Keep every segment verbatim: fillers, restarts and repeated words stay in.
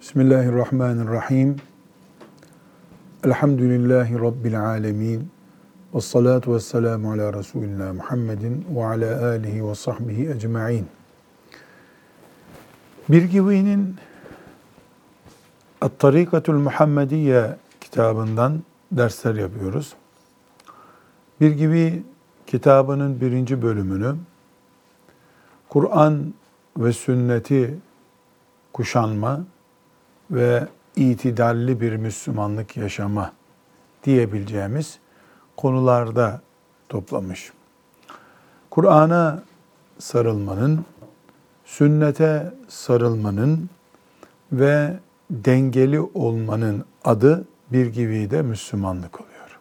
Bismillahirrahmanirrahim. Elhamdülillahi Rabbil alemin. Ve salatu ve selamu ala Resulina Muhammedin ve ala alihi ve sahbihi ecma'in. Birgivi'nin At-Tarikatul Muhammediye kitabından dersler yapıyoruz. Birgivi kitabının birinci bölümünü Kur'an ve sünneti kuşanma ve itidalli bir Müslümanlık yaşama diyebileceğimiz konularda toplamış. Kur'an'a sarılmanın, sünnete sarılmanın ve dengeli olmanın adı Birgivi'de Müslümanlık oluyor.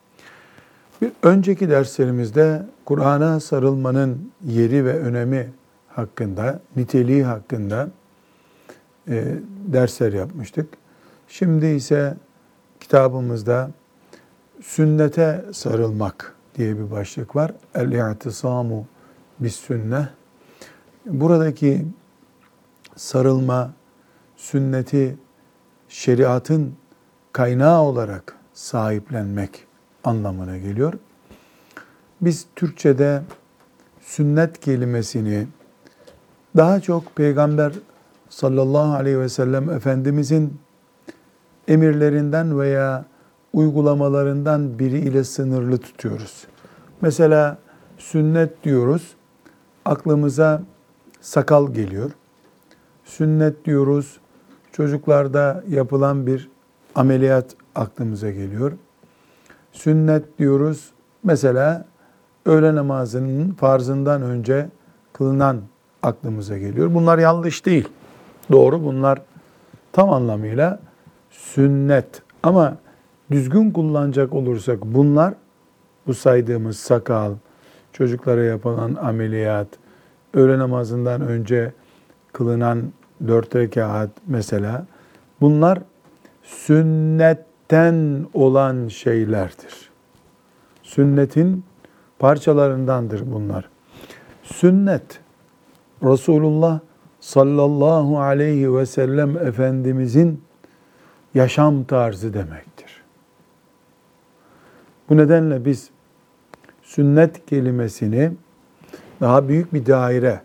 Bir önceki derslerimizde Kur'an'a sarılmanın yeri ve önemi hakkında, niteliği hakkında e, dersler yapmıştık. Şimdi ise kitabımızda sünnete sarılmak diye bir başlık var. El-i'tisamu bis-sünneh. Buradaki sarılma, sünneti şeriatın kaynağı olarak sahiplenmek anlamına geliyor. Biz Türkçe'de sünnet kelimesini daha çok Peygamber sallallahu aleyhi ve sellem Efendimizin emirlerinden veya uygulamalarından biri ile sınırlı tutuyoruz. Mesela sünnet diyoruz, aklımıza sakal geliyor. Sünnet diyoruz, çocuklarda yapılan bir ameliyat aklımıza geliyor. Sünnet diyoruz, mesela öğle namazının farzından önce kılınan aklımıza geliyor. Bunlar yanlış değil. Doğru, bunlar tam anlamıyla sünnet. Ama düzgün kullanacak olursak bunlar, bu saydığımız sakal, çocuklara yapılan ameliyat, öğle namazından önce kılınan dört rekat mesela, bunlar sünnetten olan şeylerdir. Sünnetin parçalarındandır bunlar. Sünnet, Resulullah sallallahu aleyhi ve sellem Efendimizin yaşam tarzı demektir. Bu nedenle biz sünnet kelimesini daha büyük bir daire,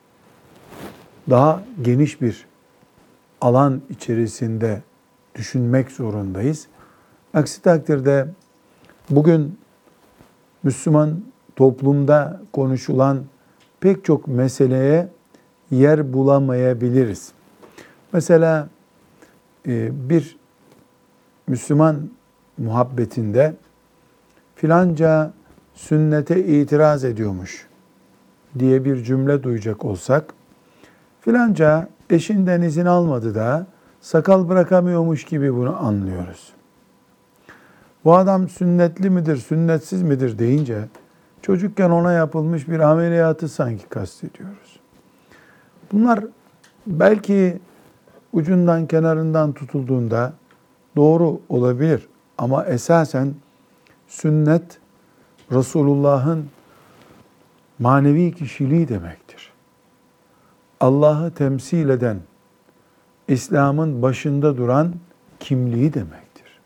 daha geniş bir alan içerisinde düşünmek zorundayız. Aksi takdirde bugün Müslüman toplumda konuşulan pek çok meseleye yer bulamayabiliriz. Mesela bir Müslüman muhabbetinde filanca sünnete itiraz ediyormuş diye bir cümle duyacak olsak, filanca eşinden izin almadı da sakal bırakamıyormuş gibi bunu anlıyoruz. Bu adam sünnetli midir, sünnetsiz midir deyince çocukken ona yapılmış bir ameliyatı sanki kastediyoruz. Bunlar belki ucundan kenarından tutulduğunda doğru olabilir ama esasen sünnet Resulullah'ın manevi kişiliği demektir. Allah'ı temsil eden, İslam'ın başında duran kimliği demektir.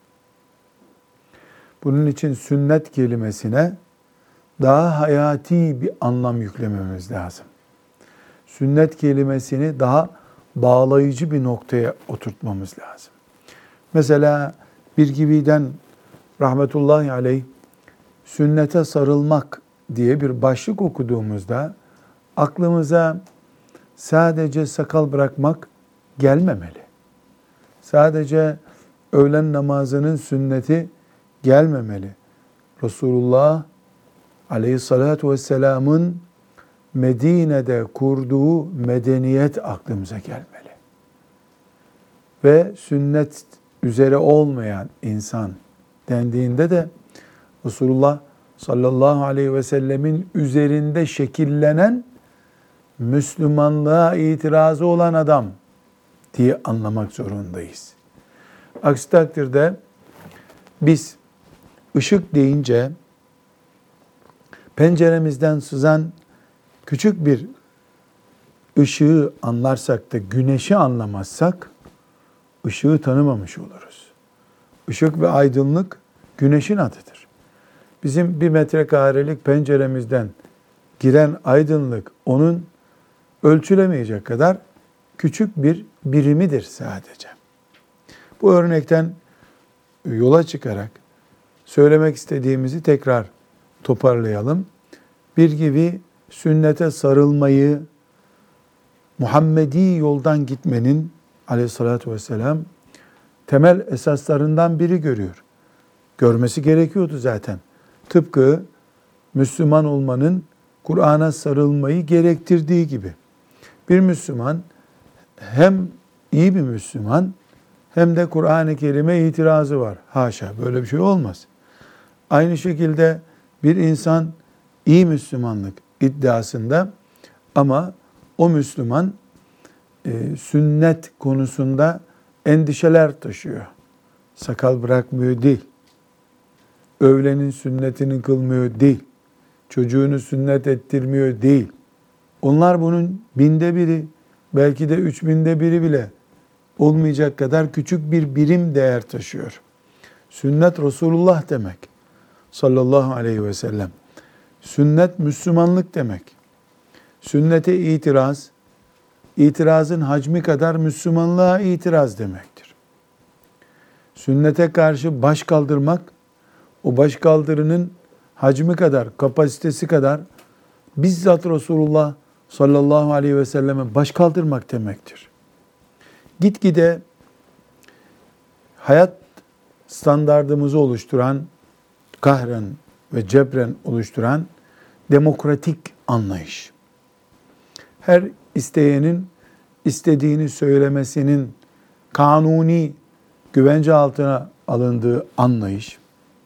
Bunun için sünnet kelimesine daha hayati bir anlam yüklememiz lazım. Sünnet kelimesini daha bağlayıcı bir noktaya oturtmamız lazım. Mesela Birgivi'den rahmetullahi aleyh sünnete sarılmak diye bir başlık okuduğumuzda aklımıza sadece sakal bırakmak gelmemeli. Sadece öğlen namazının sünneti gelmemeli. Resulullah aleyhissalatu vesselamın Medine'de kurduğu medeniyet aklımıza gelmeli. Ve sünnet üzere olmayan insan dendiğinde de Resulullah sallallahu aleyhi ve sellemin üzerinde şekillenen Müslümanlığa itirazı olan adam diye anlamak zorundayız. Aksi takdirde biz ışık deyince penceremizden sızan küçük bir ışığı anlarsak da güneşi anlamazsak ışığı tanımamış oluruz. Işık ve aydınlık güneşin adıdır. Bizim bir metrekarelik penceremizden giren aydınlık onun ölçülemeyecek kadar küçük bir birimidir sadece. Bu örnekten yola çıkarak söylemek istediğimizi tekrar toparlayalım. Bir gibi sünnete sarılmayı, Muhammedi yoldan gitmenin aleyhissalatü vesselam temel esaslarından biri görüyor. Görmesi gerekiyordu zaten. Tıpkı Müslüman olmanın Kur'an'a sarılmayı gerektirdiği gibi. Bir Müslüman hem iyi bir Müslüman hem de Kur'an-ı Kerim'e itirazı var. Haşa, böyle bir şey olmaz. Aynı şekilde bir insan iyi Müslümanlık iddiasında ama o Müslüman e, sünnet konusunda endişeler taşıyor. Sakal bırakmıyor değil. Öğlenin sünnetini kılmıyor değil. Çocuğunu sünnet ettirmiyor değil. Onlar bunun binde biri, belki de üç binde biri bile olmayacak kadar küçük bir birim değer taşıyor. Sünnet Resulullah demek. Sallallahu aleyhi ve sellem. Sünnet Müslümanlık demek. Sünnete itiraz, itirazın hacmi kadar Müslümanlığa itiraz demektir. Sünnete karşı baş kaldırmak, o baş kaldırının hacmi kadar, kapasitesi kadar bizzat Resulullah sallallahu aleyhi ve selleme baş kaldırmak demektir. Gitgide hayat standardımızı oluşturan, kahren ve cebren oluşturan demokratik anlayış. Her isteyenin istediğini söylemesinin kanuni güvence altına alındığı anlayış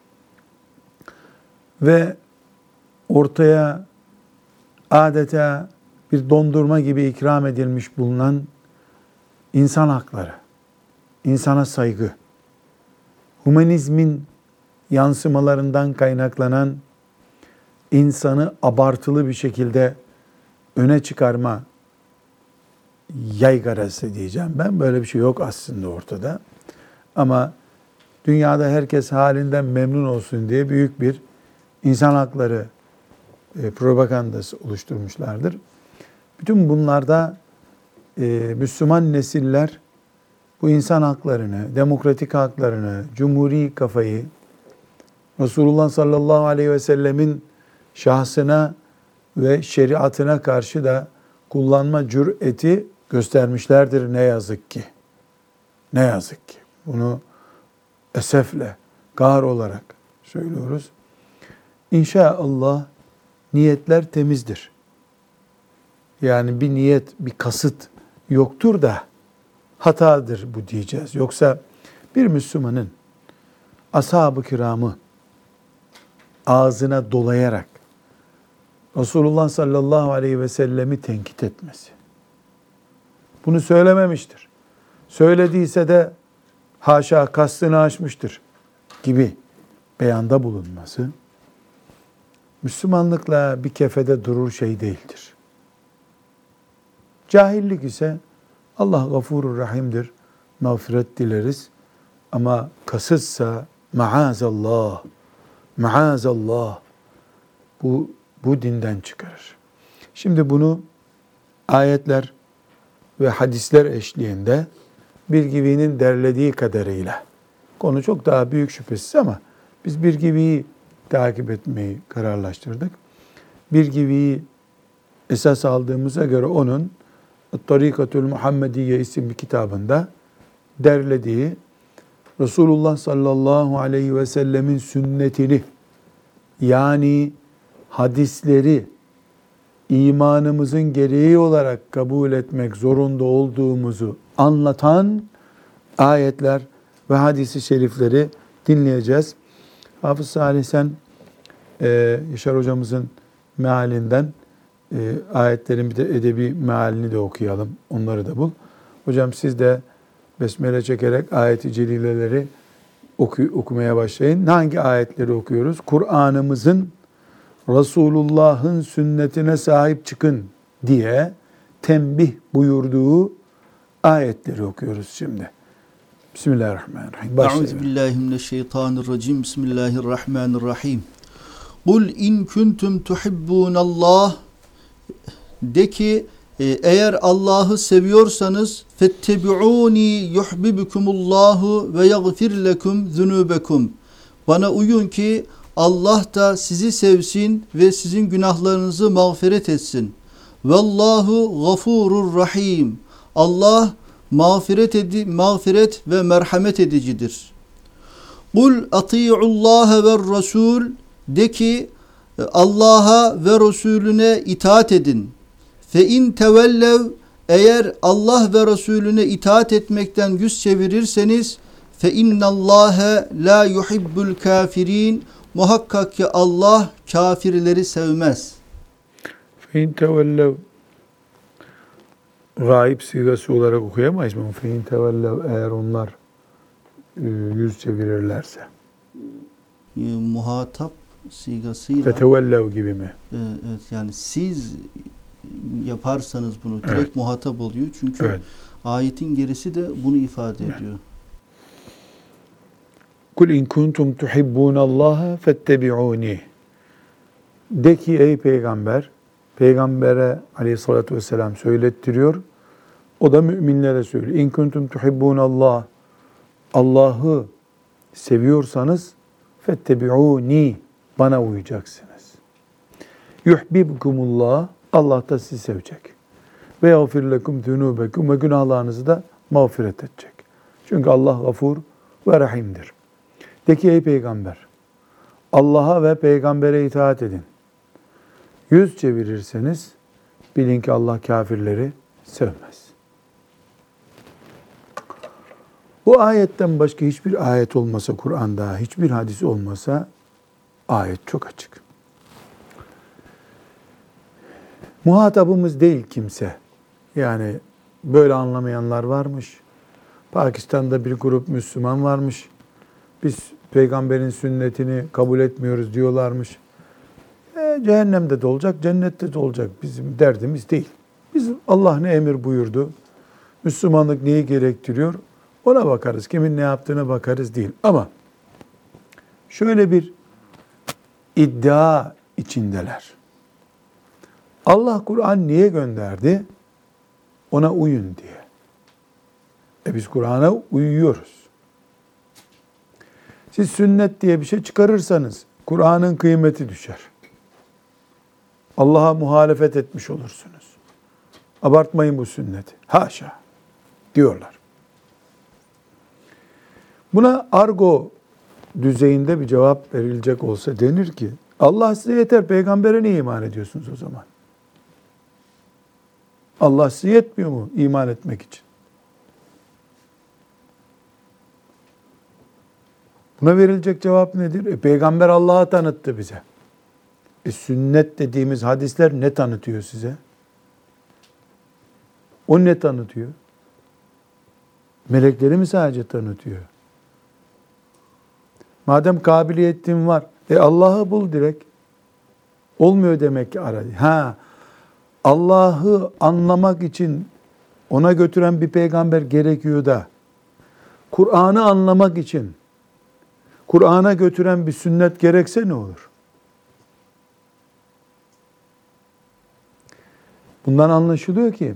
ve ortaya adeta bir dondurma gibi ikram edilmiş bulunan insan hakları, insana saygı, hümanizmin yansımalarından kaynaklanan insanı abartılı bir şekilde öne çıkarma yaygarası diyeceğim ben. Böyle bir şey yok aslında ortada. Ama dünyada herkes halinden memnun olsun diye büyük bir insan hakları e, propagandası oluşturmuşlardır. Bütün bunlarda e, Müslüman nesiller bu insan haklarını, demokratik haklarını, cumhuri kafayı, Resulullah sallallahu aleyhi ve sellemin şahsına ve şeriatına karşı da kullanma cüreti göstermişlerdir ne yazık ki. Ne yazık ki. Bunu esefle, gar olarak söylüyoruz. İnşallah niyetler temizdir. Yani bir niyet, bir kasıt yoktur da hatadır bu diyeceğiz. Yoksa bir Müslümanın ashab-ı kiramı ağzına dolayarak Resulullah sallallahu aleyhi ve sellemi tenkit etmesi, bunu söylememiştir, söylediyse de haşa kastını aşmıştır gibi beyanda bulunması, Müslümanlıkla bir kefede durur şey değildir. Cahillik ise Allah gafurur rahimdir, mağfiret dileriz. Ama kasıtsa maazallah, maazallah bu, bu dinden çıkarır. Şimdi bunu ayetler ve hadisler eşliğinde bir givinin derlediği kadarıyla, konu çok daha büyük şüphesiz ama biz bir giviyi takip etmeyi kararlaştırdık. Bir giviyi esas aldığımıza göre onun Tarikatül Muhammediye isimli kitabında derlediği Resulullah sallallahu aleyhi ve sellemin sünnetini, yani hadisleri imanımızın gereği olarak kabul etmek zorunda olduğumuzu anlatan ayetler ve hadis-i şerifleri dinleyeceğiz. Hafız Salih sen e, Yaşar hocamızın mealinden e, ayetlerin bir de edebi mealini de okuyalım. Onları da bul. Hocam siz de besmele çekerek ayet-i celileleri oku, okumaya başlayın. Hangi ayetleri okuyoruz? Kur'an'ımızın Resulullah'ın sünnetine sahip çıkın diye tembih buyurduğu ayetleri okuyoruz şimdi. Bismillahirrahmanirrahim. Başlayalım. Euzubillahimineşşeytanirracim. Bismillahirrahmanirrahim. Kul in kuntum tuhibbunallah, de ki eğer Allah'ı seviyorsanız fettebi'uni yuhibbukumullahu ve yaghfir lekum zunubekum. Bana uyun ki Allah da sizi sevsin ve sizin günahlarınızı mağfiret etsin. Vallahu gafurur rahim. Allah mağfiret edi, mağfiret ve merhamet edicidir. Kul ati'ullaha ve rasul, de ki Allah'a ve Resulüne itaat edin. Fe in tevellev, eğer Allah ve Resulüne itaat etmekten yüz çevirirseniz fe innallâhe la yuhibbul kafirin, muhakkak ki Allah kafirleri sevmez. Fe in tevellev gaib sigası olarak okuyamayız mı? Fe in tevellev, eğer onlar yüz çevirirlerse. E, muhatap sigasıyla. Fe tevellev gibi mi? E, evet, yani siz yaparsanız bunu direkt evet. muhatap oluyor. Çünkü evet. ayetin gerisi de bunu ifade evet. ediyor. Kul in kuntum tuhibbunallaha fettebi'uni. De ki ey peygamber, peygambere aleyhissalatü vesselam söylettiriyor. O da müminlere söylüyor. İn kuntum tuhibbunallah, Allah'ı seviyorsanız fettebi'uni, bana uyacaksınız. Yuhibbukumullah, Allah da sizi sevecek. Ve yağfir lekum zunubekum, ve günahlarınızı da mağfiret edecek. Çünkü Allah gafur ve rahimdir. De ki ey peygamber, Allah'a ve peygambere itaat edin. Yüz çevirirseniz bilin ki Allah kafirleri sevmez. Bu ayetten başka hiçbir ayet olmasa Kur'an'da, hiçbir hadis olmasa ayet çok açık. Muhatabımız değil kimse. Yani böyle anlamayanlar varmış. Pakistan'da bir grup Müslüman varmış. Biz peygamberin sünnetini kabul etmiyoruz diyorlarmış. E, cehennemde de olacak, cennette de olacak. Bizim derdimiz değil. Biz Allah ne emir buyurdu, Müslümanlık neyi gerektiriyor, ona bakarız. Kimin ne yaptığına bakarız değil. Ama şöyle bir iddia içindeler. Allah Kur'an niye gönderdi? Ona uyun diye. E biz Kur'an'a uyuyoruz. Siz sünnet diye bir şey çıkarırsanız Kur'an'ın kıymeti düşer. Allah'a muhalefet etmiş olursunuz. Abartmayın bu sünneti. Haşa diyorlar. Buna argo düzeyinde bir cevap verilecek olsa denir ki Allah size yeter, peygambere niye iman ediyorsunuz o zaman? Allah size yetmiyor mu iman etmek için? Buna verilecek cevap nedir? E, peygamber Allah'ı tanıttı bize. E, sünnet dediğimiz hadisler ne tanıtıyor size? O ne tanıtıyor? Melekleri mi sadece tanıtıyor? Madem kabiliyetin var, e Allah'ı bul direkt. Olmuyor demek ki aradı. Ha, Allah'ı anlamak için ona götüren bir peygamber gerekiyor da, Kur'an'ı anlamak için Kur'an'a götüren bir sünnet gerekse ne olur? Bundan anlaşılıyor ki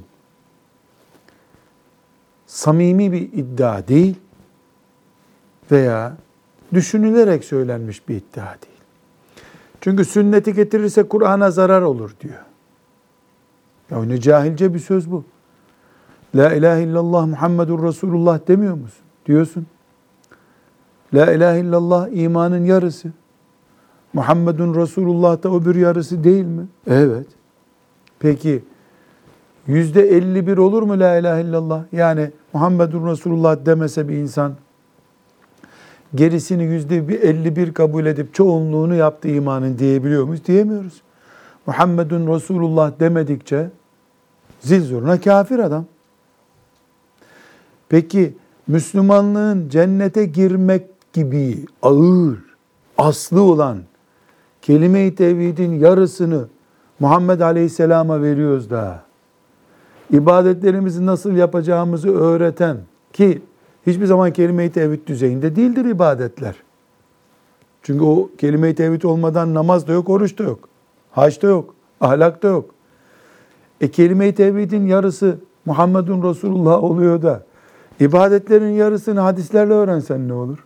samimi bir iddia değil veya düşünülerek söylenmiş bir iddia değil. Çünkü sünneti getirirse Kur'an'a zarar olur diyor. Ya ne cahilce bir söz bu. La ilahe illallah Muhammedur Resulullah demiyor musun? Diyorsun. La ilahe illallah imanın yarısı. Muhammedun Resulullah da öbür yarısı değil mi? Evet. Peki yüzde elli bir olur mu la ilahe illallah? Yani Muhammedun Resulullah demese bir insan gerisini yüzde elli bir kabul edip çoğunluğunu yaptı imanın diyebiliyor muyuz? Diyemiyoruz. Muhammedun Resulullah demedikçe zil zurna kafir adam. Peki Müslümanlığın cennete girmek gibi ağır, aslı olan kelime-i tevhidin yarısını Muhammed Aleyhisselam'a veriyoruz da ibadetlerimizi nasıl yapacağımızı öğreten ki hiçbir zaman kelime-i tevhid düzeyinde değildir ibadetler. Çünkü o kelime-i tevhid olmadan namaz da yok, oruç da yok. Hac da yok, ahlak da yok. E kelime-i tevhidin yarısı Muhammedun Resulullah oluyor da ibadetlerin yarısını hadislerle öğrensen ne olur?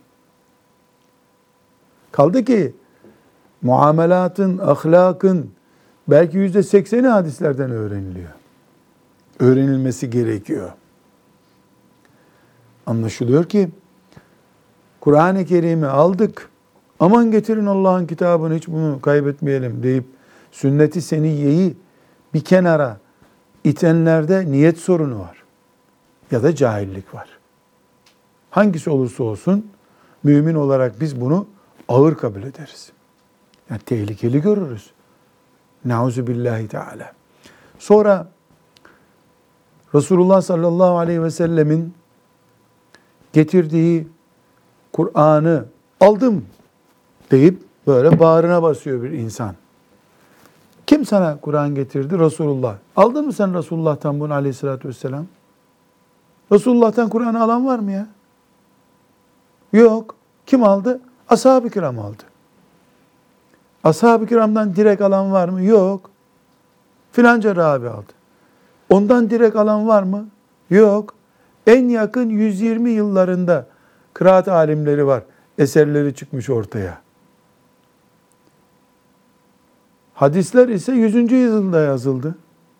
Kaldı ki muamelatın, ahlakın belki yüzde sekseni hadislerden öğreniliyor. Öğrenilmesi gerekiyor. Anlaşılıyor ki Kur'an-ı Kerim'i aldık. Aman getirin Allah'ın kitabını, hiç bunu kaybetmeyelim deyip sünnet-i seniyyeyi bir kenara itenlerde niyet sorunu var. Ya da cahillik var. Hangisi olursa olsun mümin olarak biz bunu ağır kabul ederiz. Yani tehlikeli görürüz. Nauzu billahi teala. Sonra Resulullah sallallahu aleyhi ve sellemin getirdiği Kur'an'ı aldım deyip böyle bağrına basıyor bir insan. Kim sana Kur'an getirdi? Resulullah. Aldın mı sen Resulullah'tan bunu aleyhissalatü vesselam? Resulullah'tan Kur'an'ı alan var mı ya? Yok. Kim aldı? Ashab-ı kiram aldı. Ashab-ı kiramdan direkt alan var mı? Yok. Filanca Rabi aldı. Ondan direkt alan var mı? Yok. En yakın yüz yirmi yıllarında kıraat alimleri var. Eserleri çıkmış ortaya. Hadisler ise yüzüncü yüzyılda yazıldı.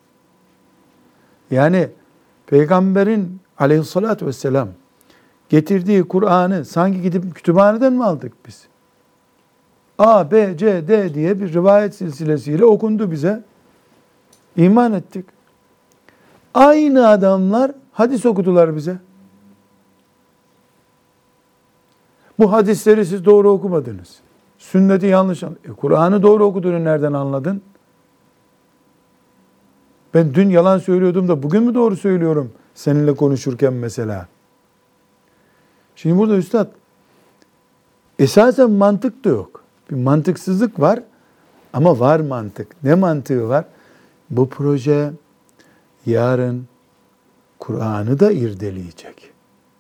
Yani Peygamberin aleyhissalatü vesselam getirdiği Kur'an'ı sanki gidip kütüphaneden mi aldık biz? A, B, C, D diye bir rivayet silsilesiyle okundu bize. İman ettik. Aynı adamlar hadis okudular bize. Bu hadisleri siz doğru okumadınız. Sünneti yanlış anladın. E, Kur'an'ı doğru okuduğunu nereden anladın? Ben dün yalan söylüyordum da bugün mü doğru söylüyorum seninle konuşurken mesela? Şimdi burada üstad, esasen mantık da yok. Bir mantıksızlık var ama var mantık. Ne mantığı var? Bu proje yarın Kur'an'ı da irdeleyecek.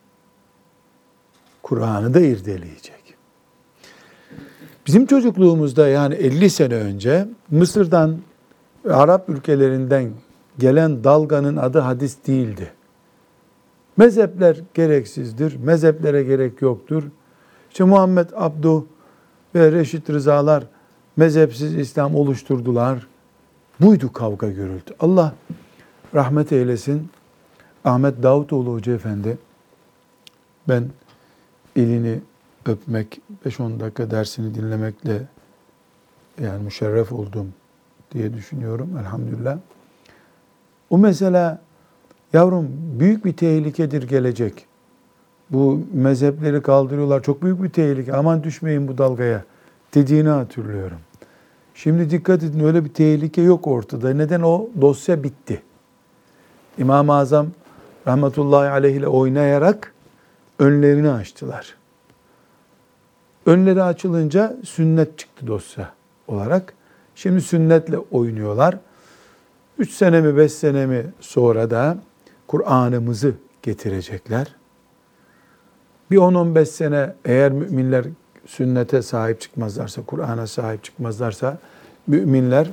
Kur'an'ı da irdeleyecek. Bizim çocukluğumuzda yani elli sene önce Mısır'dan, Arap ülkelerinden gelen dalganın adı hadis değildi. Mezhepler gereksizdir, mezheplere gerek yoktur. İşte Muhammed Abduh ve Reşit Rızalar mezhepsiz İslam oluşturdular. Buydu kavga gürültü. Allah rahmet eylesin. Ahmet Davutoğlu Hoca Efendi, ben elini öpmek, beş on dakika dersini dinlemekle yani müşerref oldum diye düşünüyorum elhamdülillah. O mesela, yavrum büyük bir tehlikedir gelecek. Bu mezhepleri kaldırıyorlar, çok büyük bir tehlike, aman düşmeyin bu dalgaya dediğini hatırlıyorum. Şimdi dikkat edin, öyle bir tehlike yok ortada. Neden? O dosya bitti. İmam-ı Azam rahmetullahi aleyh ile oynayarak önlerini açtılar. Önleri açılınca sünnet çıktı dosya olarak. Şimdi sünnetle oynuyorlar. Üç sene mi beş sene mi sonra da Kur'an'ımızı getirecekler. Bir on on beş sene eğer müminler sünnete sahip çıkmazlarsa, Kur'an'a sahip çıkmazlarsa müminler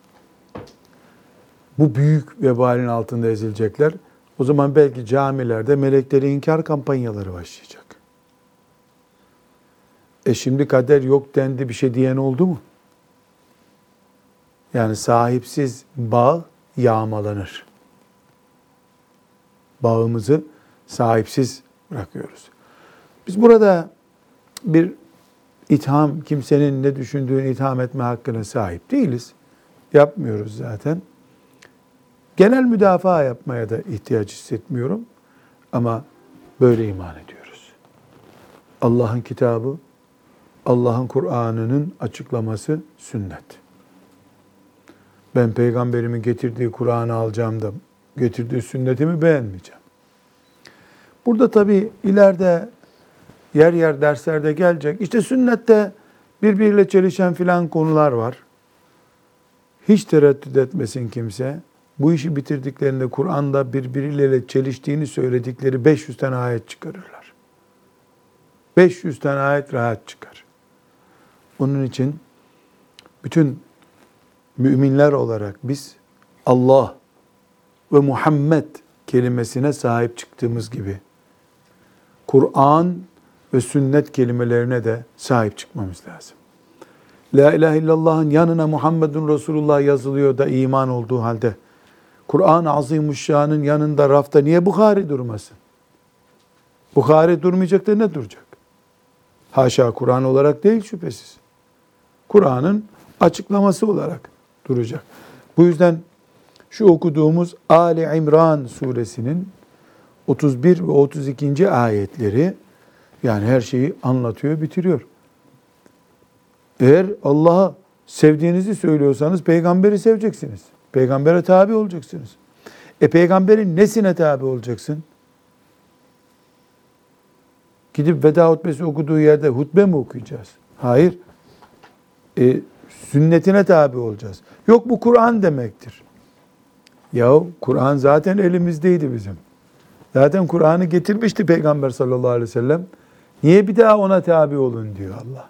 bu büyük vebalin altında ezilecekler. O zaman belki camilerde melekleri inkar kampanyaları başlayacak. E şimdi kader yok dendi, bir şey diyen oldu mu? Yani sahipsiz bağ yağmalanır. Bağımızı sahipsiz bırakıyoruz. Biz burada bir itham, kimsenin ne düşündüğünü itham etme hakkına sahip değiliz. Yapmıyoruz zaten. Genel müdafaa yapmaya da ihtiyaç hissetmiyorum. Ama böyle iman ediyoruz. Allah'ın kitabı, Allah'ın Kur'an'ının açıklaması sünnet. Ben peygamberimin getirdiği Kur'an'ı alacağım da getirdiği sünnetimi beğenmeyeceğim. Burada tabii ileride yer yer derslerde gelecek. İşte sünnette birbiriyle çelişen filan konular var. Hiç tereddüt etmesin kimse. Bu işi bitirdiklerinde Kur'an'da birbiriyle çeliştiğini söyledikleri beş yüz tane ayet çıkarırlar. beş yüz tane ayet rahat çıkar. Onun için bütün müminler olarak biz Allah ve Muhammed kelimesine sahip çıktığımız gibi Kur'an ve sünnet kelimelerine de sahip çıkmamız lazım. La ilahe illallah'ın yanına Muhammedun Resulullah yazılıyor da iman olduğu halde Kur'an-ı Azimuşşan'ın yanında rafta niye Bukhari durmasın? Bukhari durmayacak da ne duracak? Haşa Kur'an olarak değil şüphesiz. Kur'an'ın açıklaması olarak duracak. Bu yüzden şu okuduğumuz Ali İmran suresinin otuz bir ve otuz ikinci ayetleri yani her şeyi anlatıyor, bitiriyor. Eğer Allah'ı sevdiğinizi söylüyorsanız peygamberi seveceksiniz. Peygambere tabi olacaksınız. E peygamberin nesine tabi olacaksın? Gidip veda hutbesi okuduğu yerde hutbe mi okuyacağız? Hayır. E, sünnetine tabi olacağız. Yok bu Kur'an demektir. Yahu Kur'an zaten elimizdeydi bizim. Zaten Kur'an'ı getirmişti Peygamber sallallahu aleyhi ve sellem. Niye bir daha ona tabi olun diyor Allah.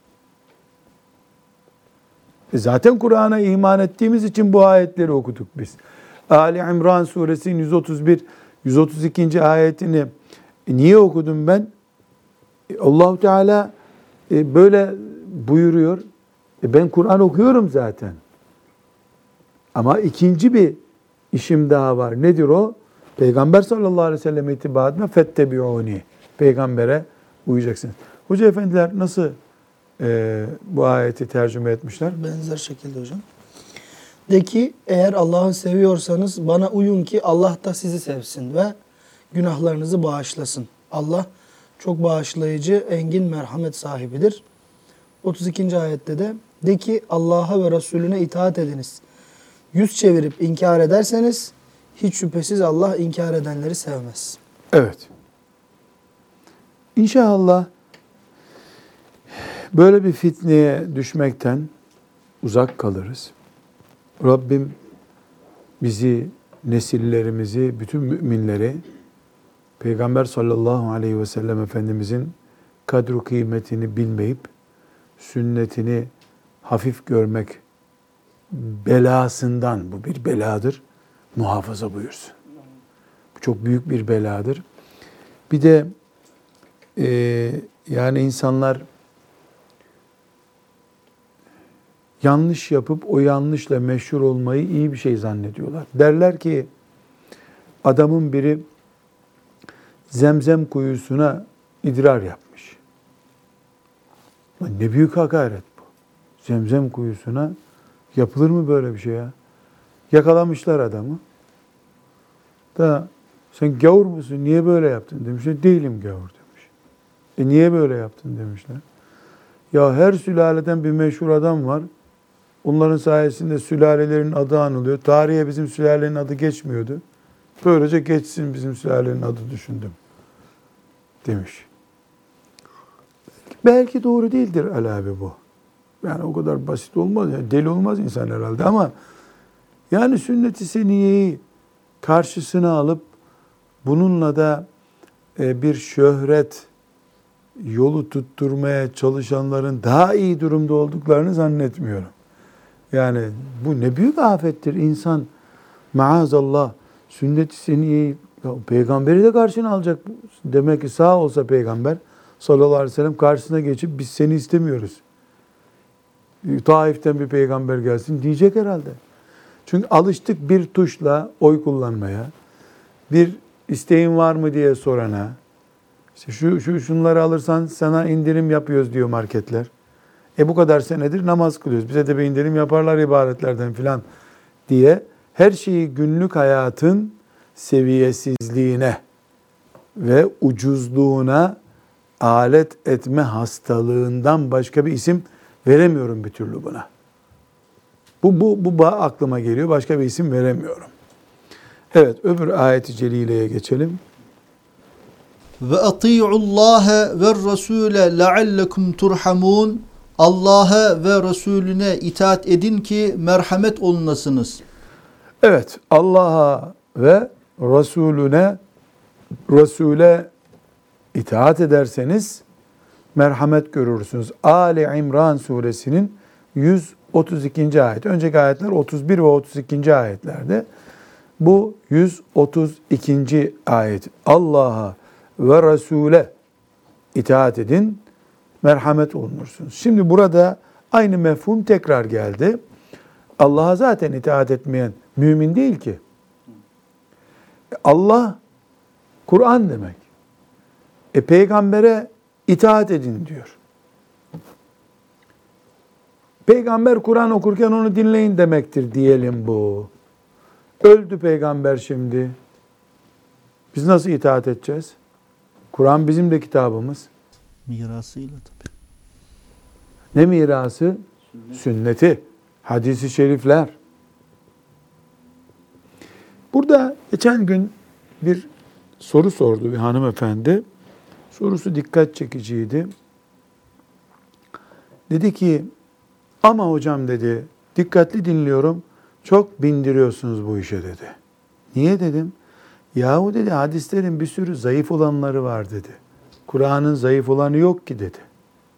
E zaten Kur'an'a iman ettiğimiz için bu ayetleri okuduk biz. Ali İmran suresinin yüz otuz bir yüz otuz ikinci ayetini e niye okudum ben? E Allah-u Teala e böyle buyuruyor. E ben Kur'an okuyorum zaten. Ama ikinci bir işim daha var. Nedir o? Peygamber sallallahu aleyhi ve sellem itibar etme fettebi'uni. Peygambere uyacaksınız. Hoca efendiler nasıl e, bu ayeti tercüme etmişler? Benzer şekilde hocam. De ki eğer Allah'ı seviyorsanız bana uyun ki Allah da sizi sevsin ve günahlarınızı bağışlasın. Allah çok bağışlayıcı, engin merhamet sahibidir. otuz ikinci ayette de de ki Allah'a ve Resulüne itaat ediniz. Yüz çevirip inkar ederseniz hiç şüphesiz Allah inkar edenleri sevmez. Evet. İnşallah böyle bir fitneye düşmekten uzak kalırız. Rabbim bizi, nesillerimizi, bütün müminleri Peygamber sallallahu aleyhi ve sellem Efendimizin kadru kıymetini bilmeyip sünnetini hafif görmek belasından, bu bir beladır, muhafaza buyursun. Bu çok büyük bir beladır. Bir de e, yani insanlar yanlış yapıp o yanlışla meşhur olmayı iyi bir şey zannediyorlar. Derler ki adamın biri Zemzem kuyusuna idrar yapmış. Ne büyük hakaret bu. Zemzem kuyusuna yapılır mı böyle bir şey ya? Yakalamışlar adamı. Da sen gavur musun? Niye böyle yaptın demişler. Değilim gavur demiş. E niye böyle yaptın demişler. Ya her sülaleden bir meşhur adam var. Onların sayesinde sülalelerin adı anılıyor. Tarihe bizim sülalenin adı geçmiyordu. Böylece geçsin bizim sülalenin adı düşündüm demiş. Belki doğru değildir Ali abi bu. Yani o kadar basit olmaz. Yani deli olmaz insan herhalde ama yani sünnet-i seniyeyi karşısına alıp bununla da bir şöhret yolu tutturmaya çalışanların daha iyi durumda olduklarını zannetmiyorum. Yani bu ne büyük afettir. İnsan maazallah sünnet-i seniyeyi peygamberi de karşına alacak. Demek ki sağ olsa peygamber sallallahu aleyhi ve sellem karşısına geçip biz seni istemiyoruz. Taif'ten bir peygamber gelsin diyecek herhalde. Çünkü alıştık bir tuşla oy kullanmaya, bir isteğin var mı diye sorana, işte şu, şu şunları alırsan sana indirim yapıyoruz diyor marketler. E bu kadar senedir namaz kılıyoruz. Bize de bir indirim yaparlar ibaretlerden filan diye her şeyi günlük hayatın seviyesizliğine ve ucuzluğuna alet etme hastalığından başka bir isim veremiyorum bir türlü buna. Bu, bu, bu bağ aklıma geliyor. Başka bir isim veremiyorum. Evet, öbür ayet-i celileye geçelim. Ve ati'ullaha ve rasule leallekum turhamun. Allah'a ve Resulüne itaat edin ki merhamet olunasınız. Evet, Allah'a ve Resulüne Resul'e itaat ederseniz merhamet görürsünüz. Ali İmran suresinin yüz otuz ikinci ayet. Önceki ayetler otuz bir ve otuz ikinci ayetlerde. Bu yüz otuz ikinci ayet. Allah'a ve Resul'e itaat edin, merhamet olunursunuz. Şimdi burada aynı mefhum tekrar geldi. Allah'a zaten itaat etmeyen mümin değil ki. Allah Kur'an demek. E peygambere itaat edin diyor. Peygamber Kur'an okurken onu dinleyin demektir diyelim bu. Öldü peygamber şimdi. Biz nasıl itaat edeceğiz? Kur'an bizim de kitabımız. Mirasıyla tabii. Ne mirası? Sünnet. Sünneti, hadisi şerifler. Burada geçen gün bir soru sordu bir hanımefendi. Sorusu dikkat çekiciydi. Dedi ki, ama hocam dedi, dikkatli dinliyorum, çok bindiriyorsunuz bu işe dedi. Niye dedim? Yahu dedi, hadislerin bir sürü zayıf olanları var dedi. Kur'an'ın zayıf olanı yok ki dedi.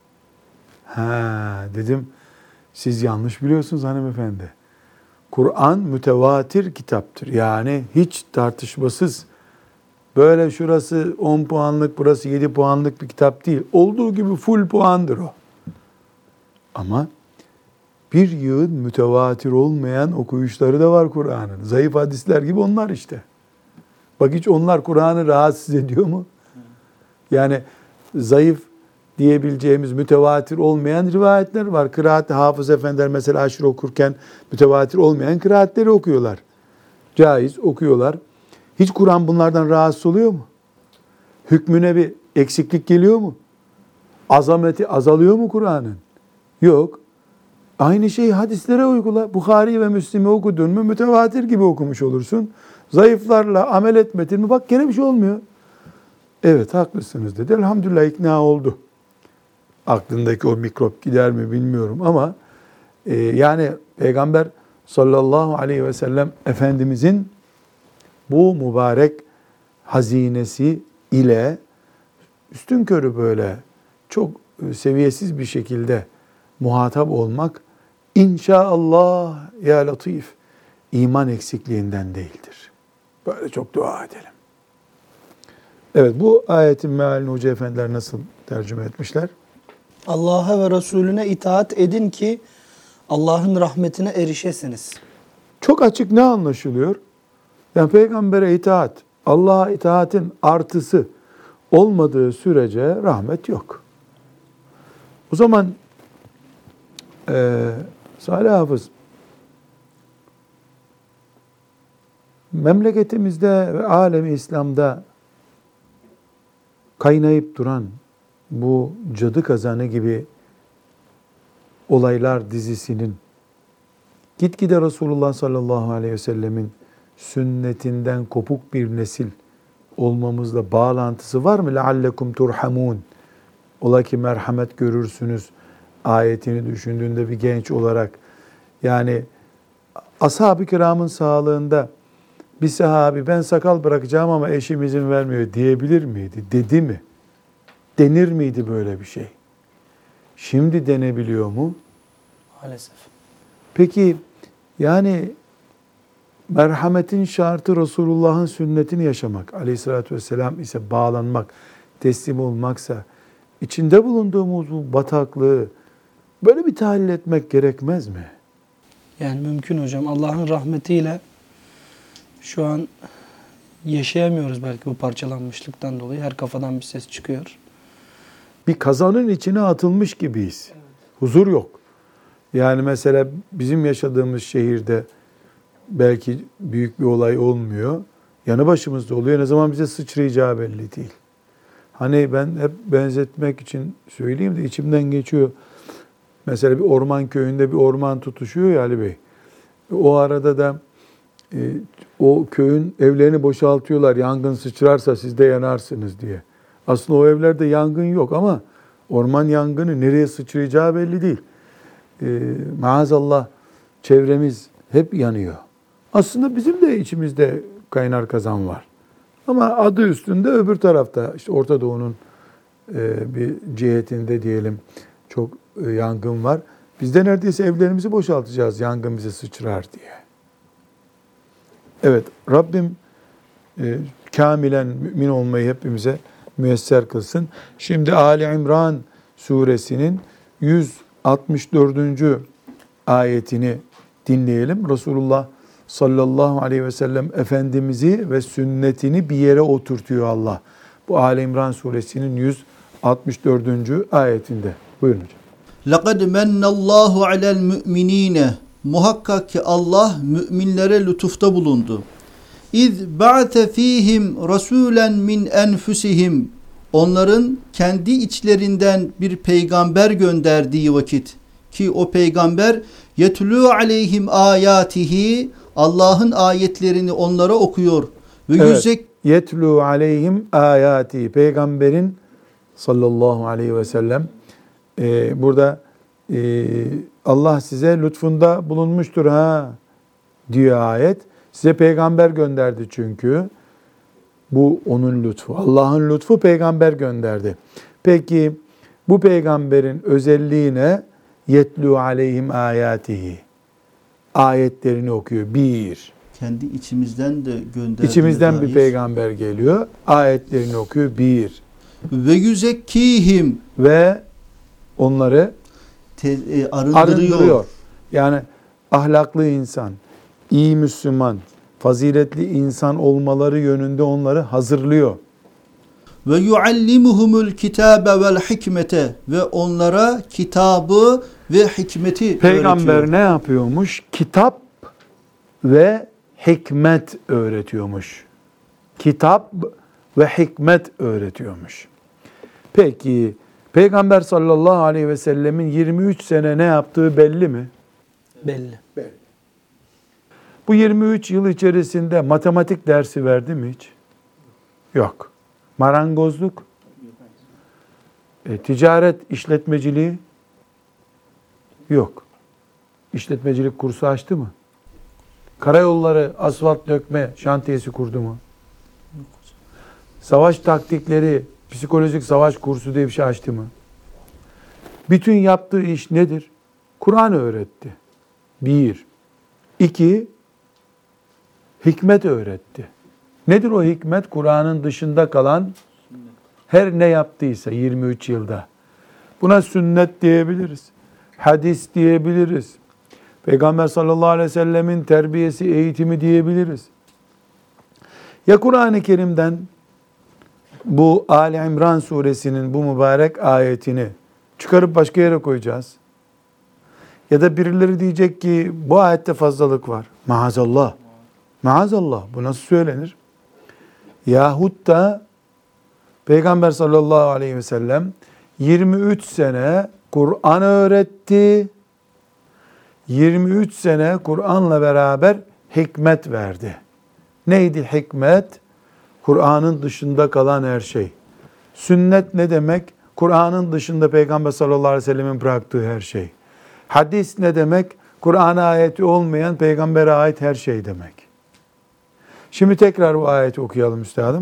Ha dedim, siz yanlış biliyorsunuz hanımefendi. Kur'an mütevatir kitaptır. Yani hiç tartışmasız, böyle şurası on puanlık, burası yedi puanlık bir kitap değil. Olduğu gibi full puandır o. Ama bir yığın mütevatir olmayan okuyuşları da var Kur'an'ın. Zayıf hadisler gibi onlar işte. Bak hiç onlar Kur'an'ı rahatsız ediyor mu? Yani zayıf diyebileceğimiz mütevatir olmayan rivayetler var. Kıraat-ı hafız efendiler mesela aşırı okurken mütevatir olmayan kıraatleri okuyorlar. Caiz okuyorlar. Hiç Kur'an bunlardan rahatsız oluyor mu? Hükmüne bir eksiklik geliyor mu? Azameti azalıyor mu Kur'an'ın? Yok. Aynı şeyi hadislere uygula. Bukhari ve Müslim'i okudun mu mütevatir gibi okumuş olursun. Zayıflarla amel etmedin mi bak gene bir şey olmuyor. Evet haklısınız dedi. Elhamdülillah ikna oldu. Aklındaki o mikrop gider mi bilmiyorum ama e, yani Peygamber sallallahu aleyhi ve sellem Efendimizin bu mübarek hazinesi ile üstünkörü böyle çok seviyesiz bir şekilde muhatap olmak inşallah ya latif iman eksikliğinden değildir. Böyle çok dua edelim. Evet bu ayetin mealini hoca efendiler nasıl tercüme etmişler? Allah'a ve Resulüne itaat edin ki Allah'ın rahmetine erişesiniz. Çok açık ne anlaşılıyor? Yani peygambere itaat, Allah'a itaatin artısı olmadığı sürece rahmet yok. O zaman e, Salih Hafız memleketimizde ve alemi İslam'da kaynayıp duran bu cadı kazanı gibi olaylar dizisinin gitgide Resulullah sallallahu aleyhi ve sellemin sünnetinden kopuk bir nesil olmamızla bağlantısı var mı? لَعَلَّكُمْ تُرْحَمُونَ Ola ki merhamet görürsünüz ayetini düşündüğünde bir genç olarak yani ashab-ı kiramın sağlığında bir sahabi ben sakal bırakacağım ama eşim izin vermiyor diyebilir miydi? Dedi mi? Denir miydi böyle bir şey? Şimdi denebiliyor mu? Maalesef. Peki yani merhametin şartı Resulullah'ın sünnetini yaşamak, aleyhissalatü vesselam ise bağlanmak, teslim olmaksa içinde bulunduğumuz bu bataklığı böyle bir tahlil etmek gerekmez mi? Yani mümkün hocam. Allah'ın rahmetiyle şu an yaşayamıyoruz belki bu parçalanmışlıktan dolayı. Her kafadan bir ses çıkıyor. Bir kazanın içine atılmış gibiyiz. Evet. Huzur yok. Yani mesela bizim yaşadığımız şehirde belki büyük bir olay olmuyor. Yanı başımızda oluyor. Ne zaman bize sıçrayacağı belli değil. Hani ben hep benzetmek için söyleyeyim de içimden geçiyor. Mesela bir orman köyünde bir orman tutuşuyor ya Ali Bey. O arada da e, o köyün evlerini boşaltıyorlar. Yangın sıçrarsa siz de yanarsınız diye. Aslında o evlerde yangın yok ama orman yangını nereye sıçrayacağı belli değil. E, maazallah çevremiz hep yanıyor. Aslında bizim de içimizde kaynar kazan var. Ama adı üstünde öbür tarafta işte Orta Doğu'nun e, bir cihetinde diyelim çok e, yangın var. Biz de neredeyse evlerimizi boşaltacağız yangın bize sıçrar diye. Evet, Rabbim e, kamilen mümin olmayı hepimize müyesser kılsın. Şimdi Ali İmran suresinin yüz altmış dördüncü ayetini dinleyelim. Resulullah sallallahu aleyhi ve sellem Efendimiz'i ve sünnetini bir yere oturtuyor Allah. Bu Ali İmran suresinin yüz altmış dördüncü ayetinde. Buyurun hocam. لَقَدْ مَنَّ اللّٰهُ عَلَى الْمُؤْمِن۪ينَ Muhakkak ki Allah müminlere lütufta bulundu. İz ba'te fihim rasulen min enfusihim. Onların kendi içlerinden bir peygamber gönderdiği vakit ki o peygamber yetlu aleyhim ayatihi Allah'ın ayetlerini onlara okuyor ve Evet, yüzek yetlu aleyhim ayati. Peygamberin sallallahu aleyhi ve sellem e, burada e, Allah size lütfunda bulunmuştur ha diyor ayet. Size peygamber gönderdi çünkü. Bu onun lütfu. Allah'ın lütfu peygamber gönderdi. Peki bu peygamberin özelliği ne? Yetlu aleyhim ayatihi. Ayetlerini okuyor. Bir. kendi içimizden de gönderdiğine İçimizden bir dair. peygamber geliyor. Ayetlerini okuyor. Bir. Ve yüzekkihim Ve onları te, e, arındırıyor. arındırıyor. Yani ahlaklı insan, iyi Müslüman, faziletli insan olmaları yönünde onları hazırlıyor. Ve yuallimuhumul kitabe vel hikmete ve onlara kitabı ve hikmeti Peygamber öğretiyor. ne yapıyormuş? Kitap ve hikmet öğretiyormuş. Kitap ve hikmet öğretiyormuş. Peki Peygamber sallallahu aleyhi ve sellemin yirmi üç sene ne yaptığı belli mi? Belli. Bu yirmi üç yıl içerisinde matematik dersi verdi mi hiç? Yok. Marangozluk, e, ticaret işletmeciliği yok. İşletmecilik kursu açtı mı? Karayolları asfalt dökme şantiyesi kurdu mu? Savaş taktikleri, psikolojik savaş kursu diye bir şey açtı mı? Bütün yaptığı iş nedir? Kur'an öğretti. Bir. İki, hikmet öğretti. Nedir o hikmet? Kur'an'ın dışında kalan her ne yaptıysa yirmi üç yılda. Buna sünnet diyebiliriz. Hadis diyebiliriz. Peygamber sallallahu aleyhi ve sellemin terbiyesi, eğitimi diyebiliriz. Ya Kur'an-ı Kerim'den bu Ali İmran suresinin bu mübarek ayetini çıkarıp başka yere koyacağız. Ya da birileri diyecek ki bu ayette fazlalık var. Maazallah. Maazallah. Bu nasıl söylenir? Yahut da Peygamber sallallahu aleyhi ve sellem yirmi üç sene Kur'an öğretti. yirmi üç sene Kur'an'la beraber hikmet verdi. Neydi hikmet? Kur'an'ın dışında kalan her şey. Sünnet ne demek? Kur'an'ın dışında Peygamber sallallahu aleyhi ve sellemin bıraktığı her şey. Hadis ne demek? Kur'an'a ayeti olmayan peygambere ait her şey demek. Şimdi tekrar bu ayeti okuyalım üstadım.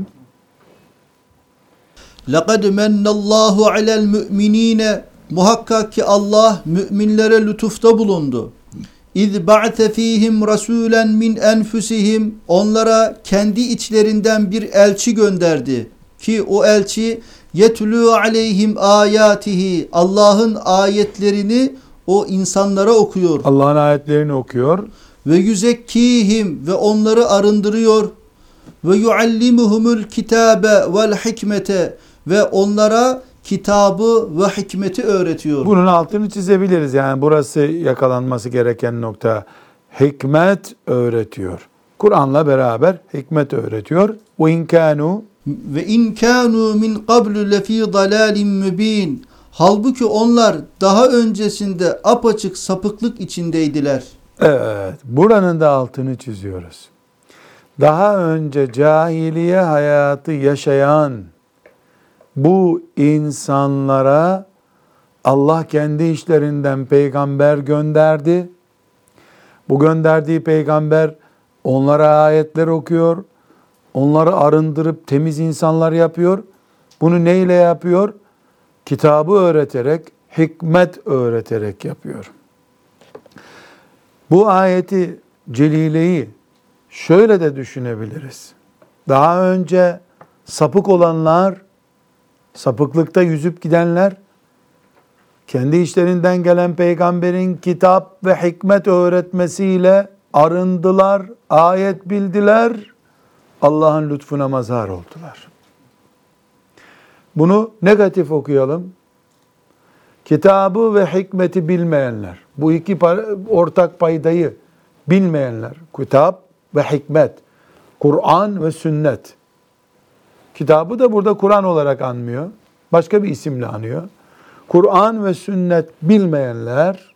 لَقَدْ مَنَّ اللّٰهُ عَلَى الْمُؤْمِن۪ينَ Muhakkak ki Allah müminlere lütufta bulundu. اِذْ بَعْتَ ف۪يهِمْ رَسُولًا مِنْ اَنْفُسِهِمْ Onlara kendi içlerinden bir elçi gönderdi. Ki o elçi يَتْلُوا عَلَيْهِمْ آيَاتِهِ Allah'ın ayetlerini o insanlara okuyor. Allah'ın ayetlerini okuyor. Ve yüzekkihim ve onları arındırıyor. Ve yuallimuhumul kitabe vel hikmete ve onlara kitabı ve hikmeti öğretiyor. Bunun altını çizebiliriz. Yani burası yakalanması gereken nokta. Hikmet öğretiyor. Kur'an'la beraber hikmet öğretiyor. Ve in kanu Ve in kanu min qablu lefi dalalin mübin. Halbuki onlar daha öncesinde apaçık sapıklık içindeydiler. Evet, buranın da altını çiziyoruz. Daha önce cahiliye hayatı yaşayan bu insanlara Allah kendi işlerinden peygamber gönderdi. Bu gönderdiği peygamber onlara ayetler okuyor, onları arındırıp temiz insanlar yapıyor. Bunu neyle yapıyor? kitabı öğreterek, hikmet öğreterek yapıyor. Bu ayeti celileyi şöyle de düşünebiliriz. Daha önce sapık olanlar, sapıklıkta yüzüp gidenler, kendi içlerinden gelen peygamberin kitap ve hikmet öğretmesiyle arındılar, ayet bildiler, Allah'ın lütfuna mazhar oldular. Bunu negatif okuyalım. Kitabı ve hikmeti bilmeyenler, bu iki ortak paydayı bilmeyenler, kitap ve hikmet, Kur'an ve sünnet. Kitabı da burada Kur'an olarak anmıyor, başka bir isimle anıyor. Kur'an ve sünnet bilmeyenler,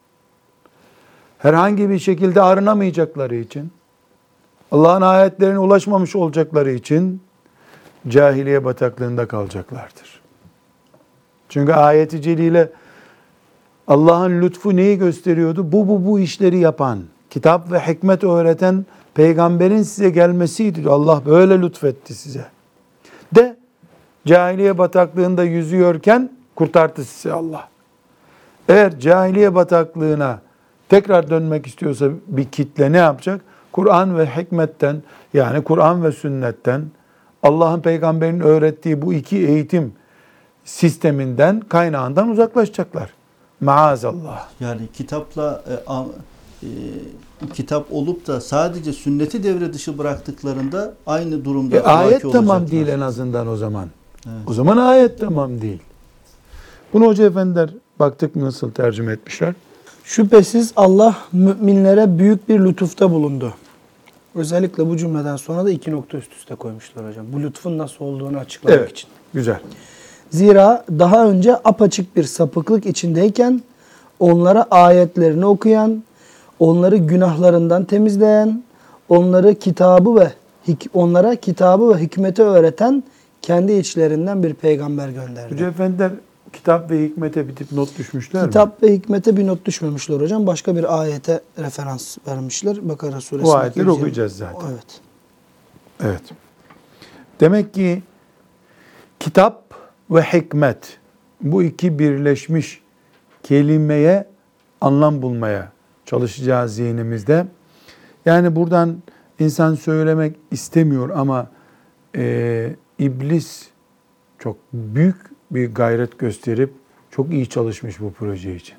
herhangi bir şekilde arınamayacakları için, Allah'ın ayetlerine ulaşmamış olacakları için cahiliye bataklığında kalacaklardır. Çünkü ayet-i celile Allah'ın lütfu neyi gösteriyordu? Bu bu bu işleri yapan, kitap ve hikmet öğreten peygamberin size gelmesiydi. Allah böyle lütfetti size. De cahiliye bataklığında yüzüyorken kurtardı sizi Allah. Eğer cahiliye bataklığına tekrar dönmek istiyorsa bir kitle ne yapacak? Kur'an ve hikmetten, yani Kur'an ve sünnetten, Allah'ın peygamberinin öğrettiği bu iki eğitim sisteminden, kaynağından uzaklaşacaklar. Maazallah. Yani kitapla e, a, e, kitap olup da sadece sünneti devre dışı bıraktıklarında aynı durumda E, ayet vaki tamam olacaklar. değil en azından o zaman. Evet. O zaman ayet tamam değil. Bunu hoca efendiler baktık mı nasıl tercüme etmişler? Şüphesiz Allah müminlere büyük bir lütufta bulundu. Özellikle bu cümleden sonra da iki nokta üst üste koymuşlar hocam. Bu lütfun nasıl olduğunu açıklamak Evet, için. güzel. Zira daha önce apaçık bir sapıklık içindeyken onlara ayetlerini okuyan, onları günahlarından temizleyen, onları kitabı ve onlara kitabı ve hikmeti öğreten kendi içlerinden bir peygamber gönderdi. Hoca efendiler kitap ve hikmete bir not düşmüşler mi? Kitap ve hikmete bir not düşmemişler hocam. Başka bir ayete referans vermişler. Bakara suresi. O ayetleri okuyacağız zaten. Evet. Evet. Demek ki kitap ve hikmet, bu iki birleşmiş kelimeye anlam bulmaya çalışacağız zihnimizde. Yani buradan insan söylemek istemiyor ama e, iblis çok büyük bir gayret gösterip çok iyi çalışmış bu proje için.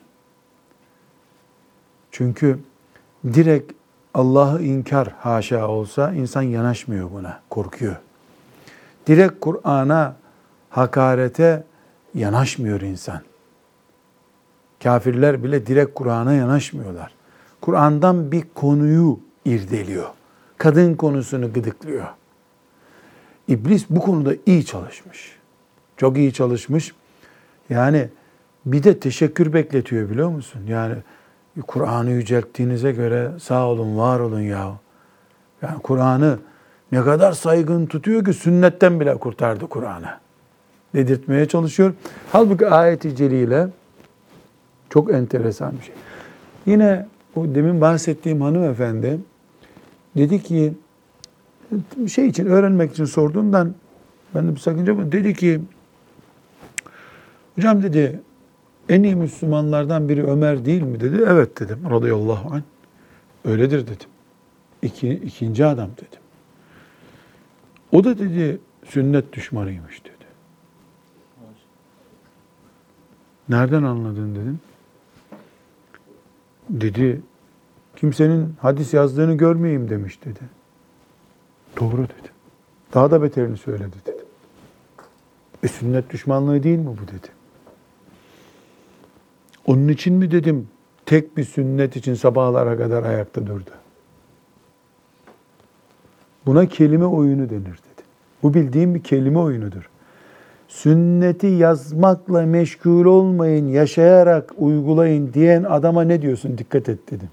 Çünkü direkt Allah'ı inkar haşa olsa insan yanaşmıyor buna, korkuyor. Direkt Kur'an'a, hakarete yanaşmıyor insan. Kafirler bile direkt Kur'an'a yanaşmıyorlar. Kur'an'dan bir konuyu irdeliyor. Kadın konusunu gıdıklıyor. İblis bu konuda iyi çalışmış. Çok iyi çalışmış. Yani bir de teşekkür bekletiyor biliyor musun? Yani Kur'an'ı yücelttiğinize göre sağ olun, var olun ya. Yani Kur'an'ı ne kadar saygın tutuyor ki sünnetten bile kurtardı Kur'an'ı dedirtmeye çalışıyor. Halbuki ayet-i celile çok enteresan bir şey. Yine o demin bahsettiğim hanımefendi dedi ki, şey için, öğrenmek için sorduğundan ben de bir sakınca bu. Dedi ki, hocam dedi, en iyi Müslümanlardan biri Ömer değil mi dedi. Evet dedim. Radıyallahu anh. Öyledir dedim. İki, ikinci adam dedim. O da dedi sünnet düşmanıymış dedi. Nereden anladın dedim. Dedi kimsenin hadis yazdığını görmeyeyim demiş dedi. Doğru dedim. Daha da beterini söyledi dedim. E sünnet düşmanlığı değil mi bu dedi. Onun için mi dedim tek bir sünnet için sabahlara kadar ayakta durdu. Buna kelime oyunu denir dedi. Bu bildiğim bir kelime oyunudur. Sünneti yazmakla meşgul olmayın, yaşayarak uygulayın diyen adama ne diyorsun? Dikkat et dedim.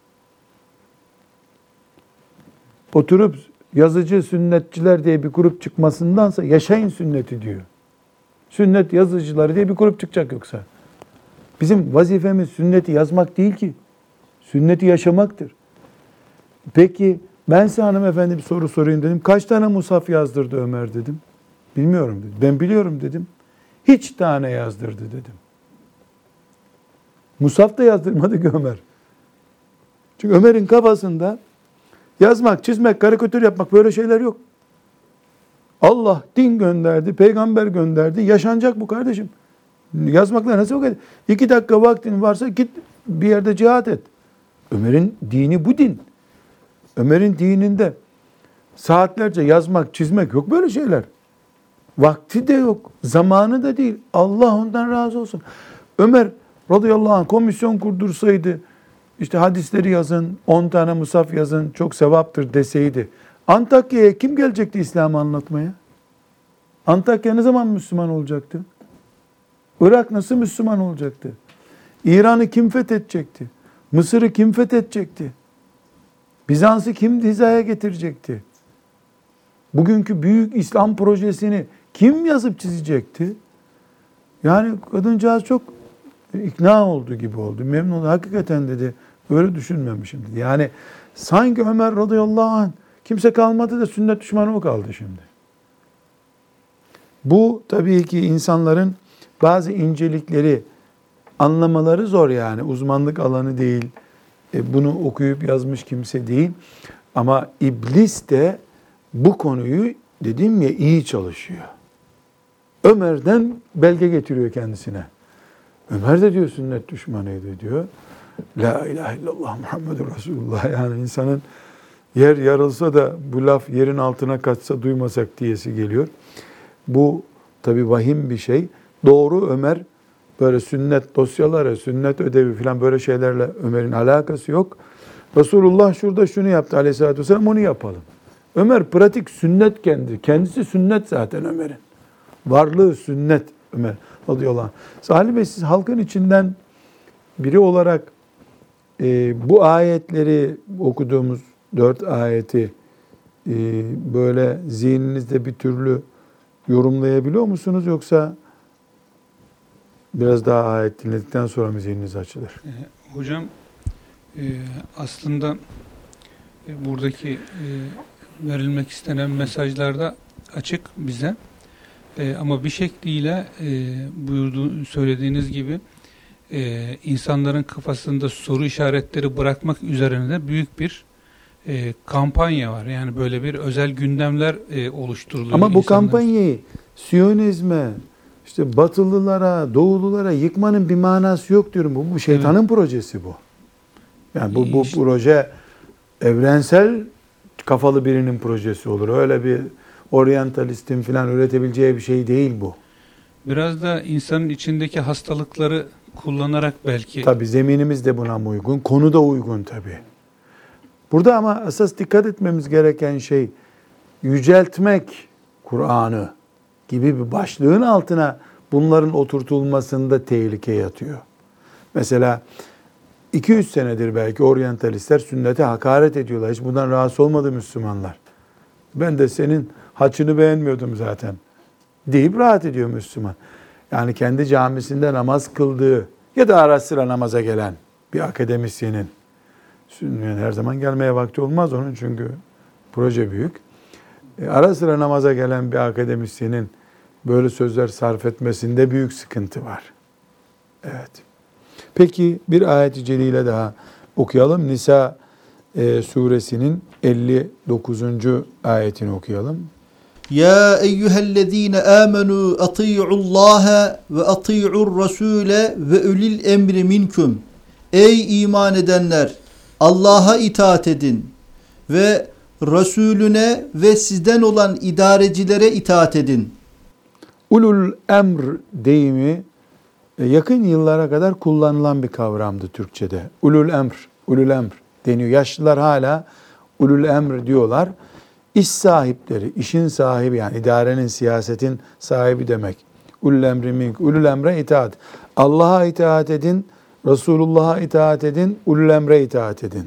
Oturup yazıcı sünnetçiler diye bir grup çıkmasındansa yaşayın sünneti diyor. Sünnet yazıcıları diye bir grup çıkacak yoksa. Bizim vazifemiz sünneti yazmak değil ki. Sünneti yaşamaktır. Peki ben size hanımefendi bir soru sorayım dedim. Kaç tane mushaf yazdırdı Ömer dedim. Bilmiyorum dedi. Ben biliyorum dedim. Hiç tane yazdırdı dedim. Musaf da yazdırmadı ki Ömer. Çünkü Ömer'in kafasında yazmak, çizmek, karikatür yapmak böyle şeyler yok. Allah din gönderdi, peygamber gönderdi. Yaşanacak bu kardeşim. Yazmakla nasıl vakit? İki dakika vaktin varsa git bir yerde cihat et. Ömer'in dini bu din. Ömer'in dininde saatlerce yazmak, çizmek yok böyle şeyler. Vakti de yok, zamanı da değil. Allah ondan razı olsun. Ömer radıyallahu anh komisyon kurdursaydı, işte hadisleri yazın, on tane musaf yazın, çok sevaptır deseydi, Antakya'ya kim gelecekti İslam'ı anlatmaya? Antakya ne zaman Müslüman olacaktı? Irak nasıl Müslüman olacaktı? İran'ı kim fethedecekti? Mısır'ı kim fethedecekti? Bizans'ı kim hizaya getirecekti? Bugünkü büyük İslam projesini kim yazıp çizecekti? Yani kadıncağız çok ikna oldu gibi oldu. Memnun oldu. Hakikaten dedi, öyle düşünmemişim dedi. Yani sanki Ömer radıyallahu anh kimse kalmadı da sünnet düşmanı o kaldı şimdi. Bu tabii ki insanların bazı incelikleri anlamaları zor yani. Uzmanlık alanı değil. E, bunu okuyup yazmış kimse değil. Ama iblis de bu konuyu dedim ya iyi çalışıyor. Ömer'den belge getiriyor kendisine. Ömer de diyor sünnet düşmanıydı diyor. La ilahe illallah Muhammedur Resulullah. Yani insanın yer yarılsa da bu laf yerin altına kaçsa duymasak diyesi geliyor. Bu tabi vahim bir şey. Doğru Ömer böyle sünnet dosyaları, sünnet ödevi falan böyle şeylerle Ömer'in alakası yok. Resulullah şurada şunu yaptı aleyhissalatü vesselam, onu yapalım. Ömer pratik sünnet kendi. Kendisi sünnet zaten Ömer'in. Varlığı sünnet Ömer radıyallahu anh. Salih Bey, siz halkın içinden biri olarak e, bu ayetleri okuduğumuz dört ayeti e, böyle zihninizde bir türlü yorumlayabiliyor musunuz, yoksa biraz daha ayet dinledikten sonra mı zihniniz açılır? E, hocam e, aslında e, buradaki e, verilmek istenen mesajlarda açık bize. E, ama bir şekliyle e, buyurduğu, söylediğiniz gibi e, insanların kafasında soru işaretleri bırakmak üzerine de büyük bir e, kampanya var. Yani böyle bir özel gündemler e, oluşturuluyor. Ama bu insanların. kampanyayı Siyonizme, işte Batılılara, Doğululara yıkmanın bir manası yok diyorum. Bu, bu şeytanın evet. projesi bu. Yani bu, bu işte, proje evrensel kafalı birinin projesi olur. Öyle bir oryantalistin falan üretebileceği bir şey değil bu. Biraz da insanın içindeki hastalıkları kullanarak belki. Tabii zeminimiz de buna uygun, konu da uygun tabii. Burada ama esas dikkat etmemiz gereken şey yüceltmek Kur'an'ı gibi bir başlığın altına bunların oturtulmasında tehlike yatıyor. Mesela iki yüz senedir belki oryantalistler sünnete hakaret ediyorlar. Hiç bundan rahatsız olmadı Müslümanlar. Ben de senin haçını beğenmiyordum zaten deyip rahat ediyor Müslüman. Yani kendi camisinde namaz kıldığı ya da ara sıra namaza gelen bir akademisyenin, yani her zaman gelmeye vakti olmaz onun çünkü proje büyük. E, ara sıra namaza gelen bir akademisyenin böyle sözler sarf etmesinde büyük sıkıntı var. Evet. Peki bir ayet-i celile daha okuyalım. Nisa e, suresinin elli dokuzuncu ayetini okuyalım. Ya eyyühellezine amenu ati'ullaha ve ati'ur rasule ve ulil emri minkum. Ey iman edenler, Allah'a itaat edin ve Resulüne ve sizden olan idarecilere itaat edin. Ulul emr deyimi yakın yıllara kadar kullanılan bir kavramdı Türkçe'de. Ulul emr, ulul emr deniyor. Yaşlılar hala ulul emr diyorlar. İş sahipleri, işin sahibi yani idarenin, siyasetin sahibi demek. Ulul emri mink, ulul emre itaat. Allah'a itaat edin, Resulullah'a itaat edin, ulul emre itaat edin.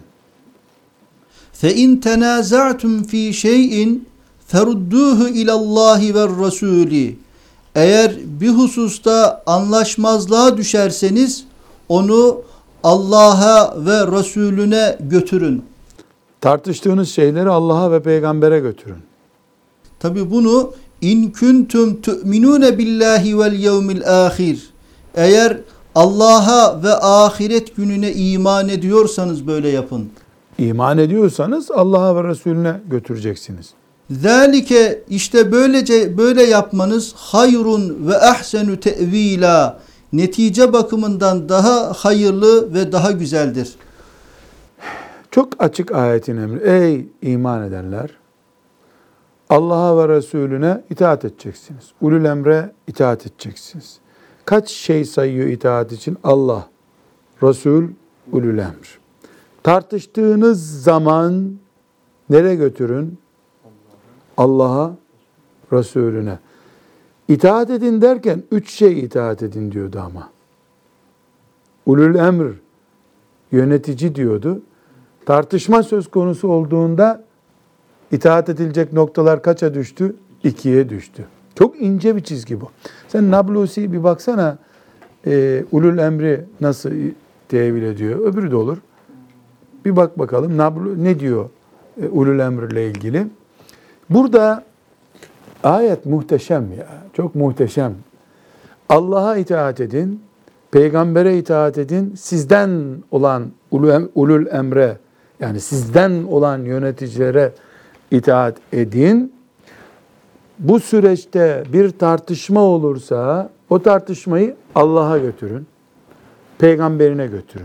فَاِنْ تَنَازَعْتُمْ ف۪ي شَيْءٍ فَرُدُّوهُ اِلَى اللّٰهِ وَالرَّسُولِ. Eğer bir hususta anlaşmazlığa düşerseniz onu Allah'a ve Resulüne götürün. Tartıştığınız şeyleri Allah'a ve peygambere götürün. Tabi bunu İn kuntum tu'minun billahi vel yevmil ahir. Eğer Allah'a ve ahiret gününe iman ediyorsanız böyle yapın. İman ediyorsanız Allah'a ve Resulüne götüreceksiniz. Zalike, işte böylece böyle yapmanız hayrun ve ahsenu te'vila, netice bakımından daha hayırlı ve daha güzeldir. Çok açık ayetin emri. Ey iman edenler! Allah'a ve Resulüne itaat edeceksiniz. Ulul emre itaat edeceksiniz. Kaç şey sayıyor itaat için? Allah, Resul, ulul emr. Tartıştığınız zaman nereye götürün? Allah'a, Resulüne. İtaat edin derken üç şey itaat edin diyordu ama. Ulul emr, yönetici diyordu. Tartışma söz konusu olduğunda itaat edilecek noktalar kaça düştü? İkiye düştü. Çok ince bir çizgi bu. Sen Nablusi bir baksana, e, ulul emri nasıl tevil ediyor? Öbürü de olur. Bir bak bakalım Nablu ne diyor e, ulul emrle ilgili. Burada ayet muhteşem ya. Çok muhteşem. Allah'a itaat edin, peygambere itaat edin, sizden olan ulul emre, yani sizden olan yöneticilere itaat edin. Bu süreçte bir tartışma olursa o tartışmayı Allah'a götürün, peygamberine götürün.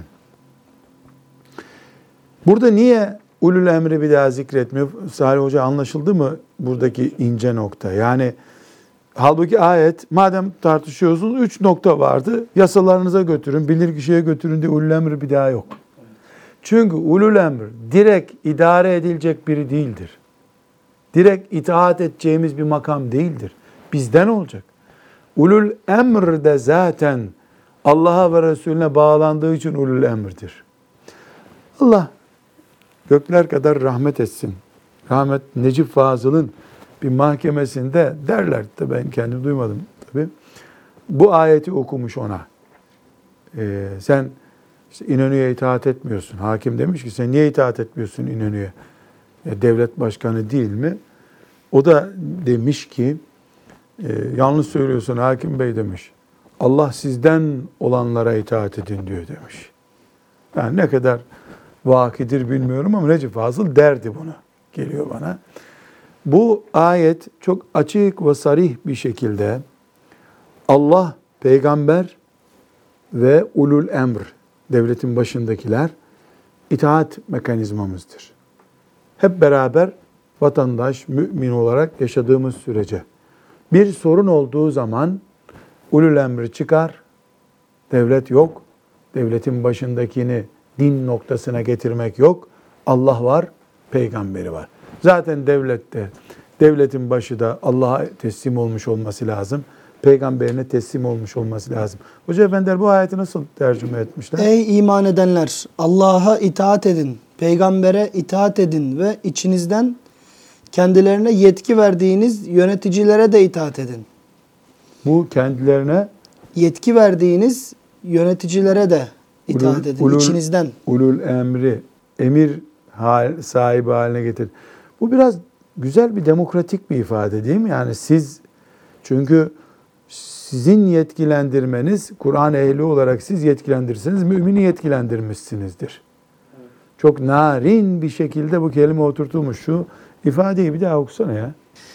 Burada niye ulul emri bir daha zikretmiyor? Salih Hoca, anlaşıldı mı buradaki ince nokta? Yani halbuki ayet, madem tartışıyorsunuz, üç nokta vardı. Yasalarınıza götürün, bilirkişiye götürün diye ulul emri bir daha yok. Çünkü ulul emr direkt idare edilecek biri değildir. Direkt itaat edeceğimiz bir makam değildir. Bizden olacak. Ulul emr de zaten Allah'a ve Resulüne bağlandığı için ulul emrdir. Allah gökler kadar rahmet etsin. Rahmet Necip Fazıl'ın bir mahkemesinde derler de, ben kendim duymadım tabii. Bu ayeti okumuş ona. Ee, sen işte İnönü'ye itaat etmiyorsun. Hakim demiş ki sen niye itaat etmiyorsun İnönü'ye? Ya devlet başkanı değil mi? O da demiş ki e, yanlış söylüyorsun hakim bey demiş. Allah sizden olanlara itaat edin diyor demiş. Yani ne kadar vakidir bilmiyorum ama Necip Fazıl derdi bunu. Geliyor bana. Bu ayet çok açık ve sarih bir şekilde Allah, peygamber ve ulul emr, devletin başındakiler itaat mekanizmamızdır. Hep beraber vatandaş, mümin olarak yaşadığımız sürece bir sorun olduğu zaman ulul emri çıkar, devlet yok, devletin başındakini din noktasına getirmek yok, Allah var, peygamberi var. Zaten devlette, devletin başı da Allah'a teslim olmuş olması lazım, peygamberine teslim olmuş olması lazım. Hoca efendiler bu ayeti nasıl tercüme etmişler? Ey iman edenler! Allah'a itaat edin, peygambere itaat edin ve içinizden kendilerine yetki verdiğiniz yöneticilere de itaat edin. Bu kendilerine Yetki verdiğiniz yöneticilere de itaat ulul, edin ulul, içinizden. Ulul emri, emir hal, sahibi haline getir. Bu biraz güzel bir demokratik bir ifade değil mi? Yani siz, çünkü sizin yetkilendirmeniz, Kur'an ehli olarak siz yetkilendirirseniz mümini yetkilendirmişsinizdir. Çok narin bir şekilde bu kelime oturtulmuş. Şu ifadeyi bir daha okusana ya.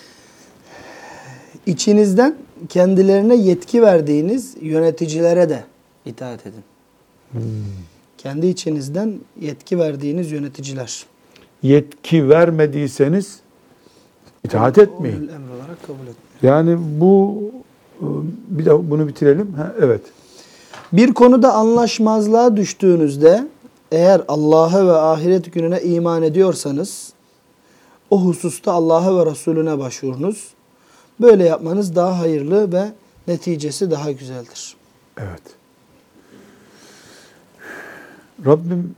İçinizden kendilerine yetki verdiğiniz yöneticilere de itaat edin. Hmm. Kendi içinizden yetki verdiğiniz yöneticiler. Yetki vermediyseniz itaat etmeyin. Ulul emr olarak kabul etmeyin. Yani bu, bir de bunu bitirelim. Ha, evet. Bir konuda anlaşmazlığa düştüğünüzde eğer Allah'a ve ahiret gününe iman ediyorsanız o hususta Allah'a ve Resulüne başvurunuz. Böyle yapmanız daha hayırlı ve neticesi daha güzeldir. Evet. Rabbim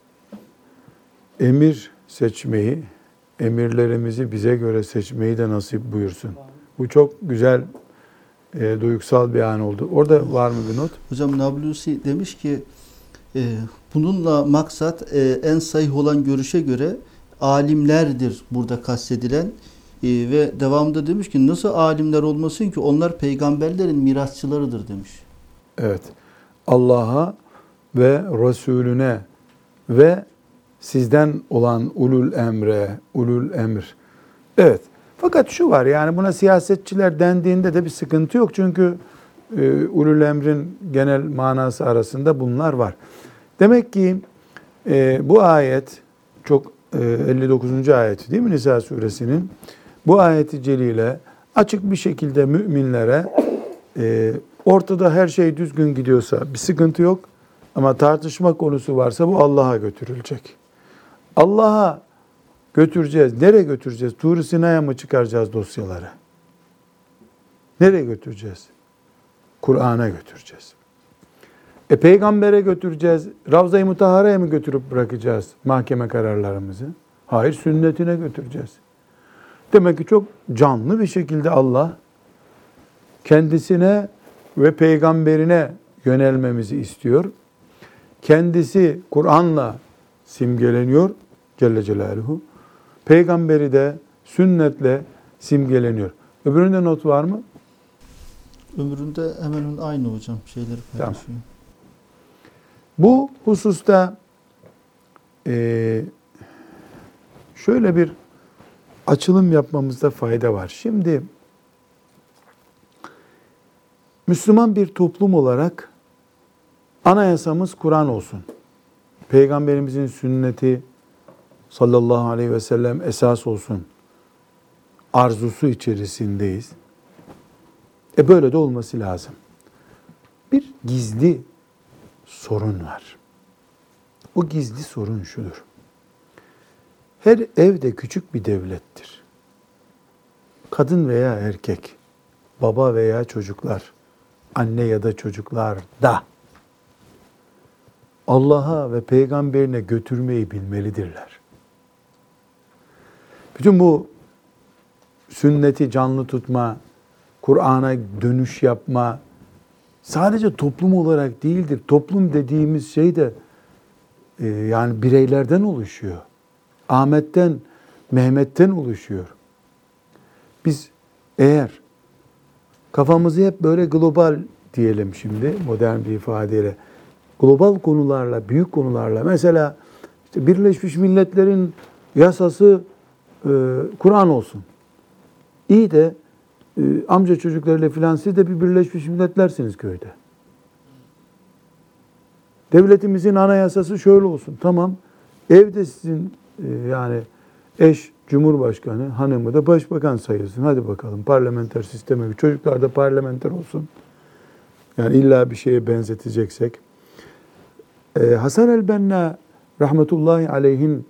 emir seçmeyi, emirlerimizi bize göre seçmeyi de nasip buyursun. Bu çok güzel, e, duygusal bir an oldu. Orada var mı bir not? Hocam Nablusi demiş ki e, bununla maksat e, en sahih olan görüşe göre alimlerdir burada kastedilen. Ee, ve devamında demiş ki nasıl alimler olmasın ki onlar peygamberlerin mirasçılarıdır demiş. Evet. Allah'a ve Resulüne ve sizden olan ulul emre, ulul emir. Evet. Fakat şu var, yani buna siyasetçiler dendiğinde de bir sıkıntı yok. Çünkü e, ulul emrin genel manası arasında bunlar var. Demek ki e, bu ayet çok e, elli dokuzuncu ayeti değil mi Nisa suresinin? Bu ayeti celile açık bir şekilde müminlere e, ortada her şey düzgün gidiyorsa bir sıkıntı yok. Ama tartışma konusu varsa bu Allah'a götürülecek. Allah'a götüreceğiz. Nereye götüreceğiz? Tur-i Sina'ya mı çıkaracağız dosyaları? Nereye götüreceğiz? Kur'an'a götüreceğiz. E peygambere götüreceğiz. Ravza-i Mutahhara'ya mı götürüp bırakacağız mahkeme kararlarımızı? Hayır, sünnetine götüreceğiz. Demek ki çok canlı bir şekilde Allah kendisine ve peygamberine yönelmemizi istiyor. Kendisi Kur'an'la simgeleniyor Celle Celaluhu. Peygamberi de sünnetle simgeleniyor. Öbüründe not var mı? Ömründe hemen hemen aynı hocam şeyleri paylaşıyor. Tamam. Bu hususta e, şöyle bir açılım yapmamızda fayda var. Şimdi Müslüman bir toplum olarak anayasamız Kur'an olsun. Peygamberimizin sünneti sallallahu aleyhi ve sellem esas olsun arzusu içerisindeyiz. E böyle de olması lazım. Bir gizli sorun var. O gizli sorun şudur. Her evde küçük bir devlettir. Kadın veya erkek, baba veya çocuklar, anne ya da çocuklar da Allah'a ve peygamberine götürmeyi bilmelidirler. Bütün bu sünneti canlı tutma, Kur'an'a dönüş yapma sadece toplum olarak değildir. Toplum dediğimiz şey de e, yani bireylerden oluşuyor. Ahmet'ten, Mehmet'ten oluşuyor. Biz eğer kafamızı hep böyle global diyelim şimdi modern bir ifadeyle global konularla, büyük konularla mesela işte Birleşmiş Milletler'in yasası e, Kur'an olsun. İyi de e, amca çocuklarıyla filan siz de bir Birleşmiş Milletlersiniz köyde. Devletimizin anayasası şöyle olsun. Tamam. Evde sizin e, yani eş Cumhurbaşkanı, hanımı da başbakan sayılsın. Hadi bakalım parlamenter sisteme. Çocuklar da parlamenter olsun. Yani illa bir şeye benzeteceksek. Ee, Hasan el-Benna rahmetullahi aleyhin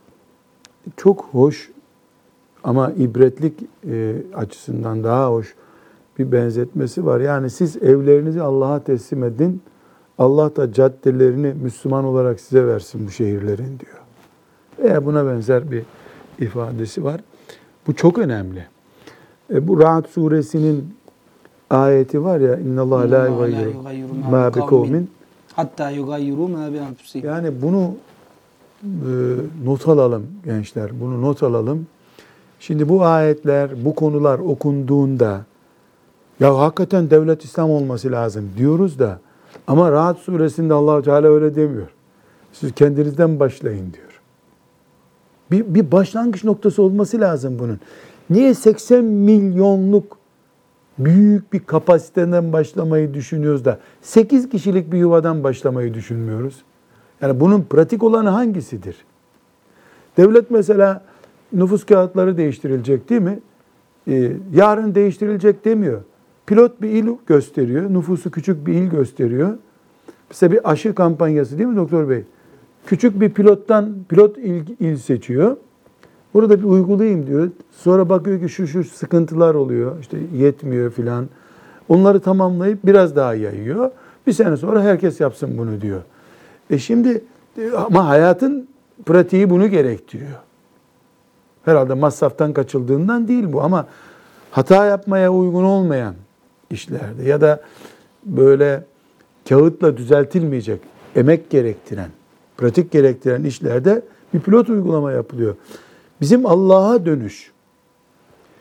çok hoş ama ibretlik e, açısından daha hoş bir benzetmesi var. Yani siz evlerinizi Allah'a teslim edin. Allah da caddelerini Müslüman olarak size versin bu şehirlerin diyor. Veya buna benzer bir ifadesi var. Bu çok önemli. E, bu Ra'd suresinin ayeti var ya İnnallâhe lâ yugayyiru mâ bi kavmin hatta yugayyiru mâ bi enfusihim. Yani bunu e, not alalım gençler. Bunu not alalım. Şimdi bu ayetler, bu konular okunduğunda ya hakikaten devlet İslam olması lazım diyoruz da ama Ra'd suresinde Allah Teala öyle demiyor. Siz kendinizden başlayın diyor. Bir, bir başlangıç noktası olması lazım bunun. Niye seksen milyonluk büyük bir kapasiteden başlamayı düşünüyoruz da sekiz kişilik bir yuvadan başlamayı düşünmüyoruz? Yani bunun pratik olanı hangisidir? Devlet mesela nüfus kağıtları değiştirilecek değil mi? Ee, yarın değiştirilecek demiyor. Pilot bir il gösteriyor. Nüfusu küçük bir il gösteriyor. Mesela bir aşı kampanyası değil mi doktor bey? Küçük bir pilottan pilot il, il seçiyor. Burada bir uygulayayım diyor. Sonra bakıyor ki şu şu sıkıntılar oluyor. İşte yetmiyor filan. Onları tamamlayıp biraz daha yayıyor. Bir sene sonra herkes yapsın bunu diyor. E şimdi ama hayatın pratiği bunu gerektiriyor. Herhalde masraftan kaçıldığından değil bu ama hata yapmaya uygun olmayan işlerde ya da böyle kağıtla düzeltilmeyecek, emek gerektiren, pratik gerektiren işlerde bir pilot uygulama yapılıyor. Bizim Allah'a dönüş,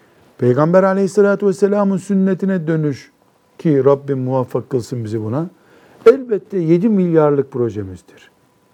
Peygamber aleyhissalatü vesselamın sünnetine dönüş ki Rabbim muvaffak kılsın bizi buna. Elbette yedi milyarlık projemizdir.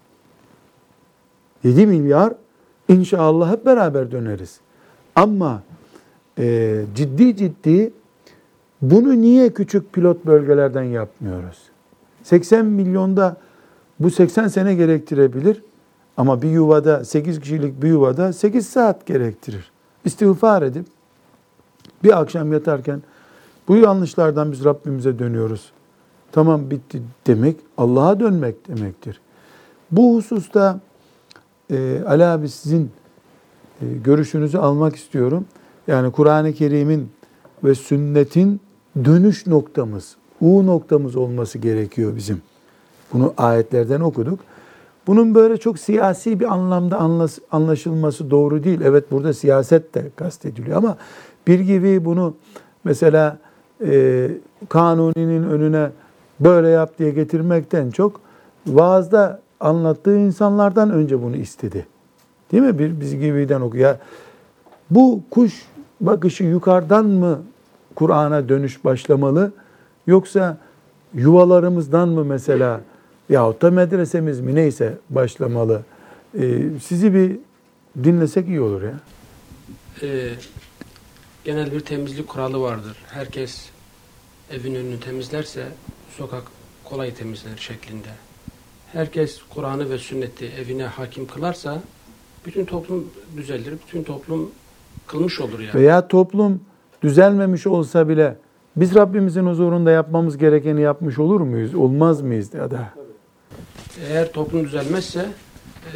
yedi milyar inşallah hep beraber döneriz. Ama e, ciddi ciddi bunu niye küçük pilot bölgelerden yapmıyoruz? seksen milyonda bu seksen sene gerektirebilir. Ama bir yuvada, sekiz kişilik bir yuvada sekiz saat gerektirir. İstiğfar edip bir akşam yatarken bu yanlışlardan biz Rabbimize dönüyoruz. Tamam bitti demek Allah'a dönmek demektir. Bu hususta e, Ali abi sizin e, görüşünüzü almak istiyorum. Yani Kur'an-ı Kerim'in ve sünnetin dönüş noktamız, U noktamız olması gerekiyor bizim. Bunu ayetlerden okuduk. Bunun böyle çok siyasi bir anlamda anlaşılması doğru değil. Evet burada siyaset de kastediliyor ama bir gibi bunu mesela e, Kanuni'nin önüne böyle yap diye getirmekten çok vaazda anlattığı insanlardan önce bunu istedi. Değil mi? Bir biz gibiden okuyor. Bu kuş bakışı yukarıdan mı Kur'an'a dönüş başlamalı yoksa yuvalarımızdan mı mesela yahut da medresemiz mi neyse başlamalı? Ee, sizi bir dinlesek iyi olur ya. Ee, genel bir temizlik kuralı vardır. Herkes evin önünü temizlerse sokak kolay temizlenir şeklinde. Herkes Kur'an'ı ve sünneti evine hakim kılarsa bütün toplum düzelir, bütün toplum kılmış olur yani. Veya toplum düzelmemiş olsa bile biz Rabbimizin huzurunda yapmamız gerekeni yapmış olur muyuz? Olmaz mıyız ya da? Eğer toplum düzelmezse e,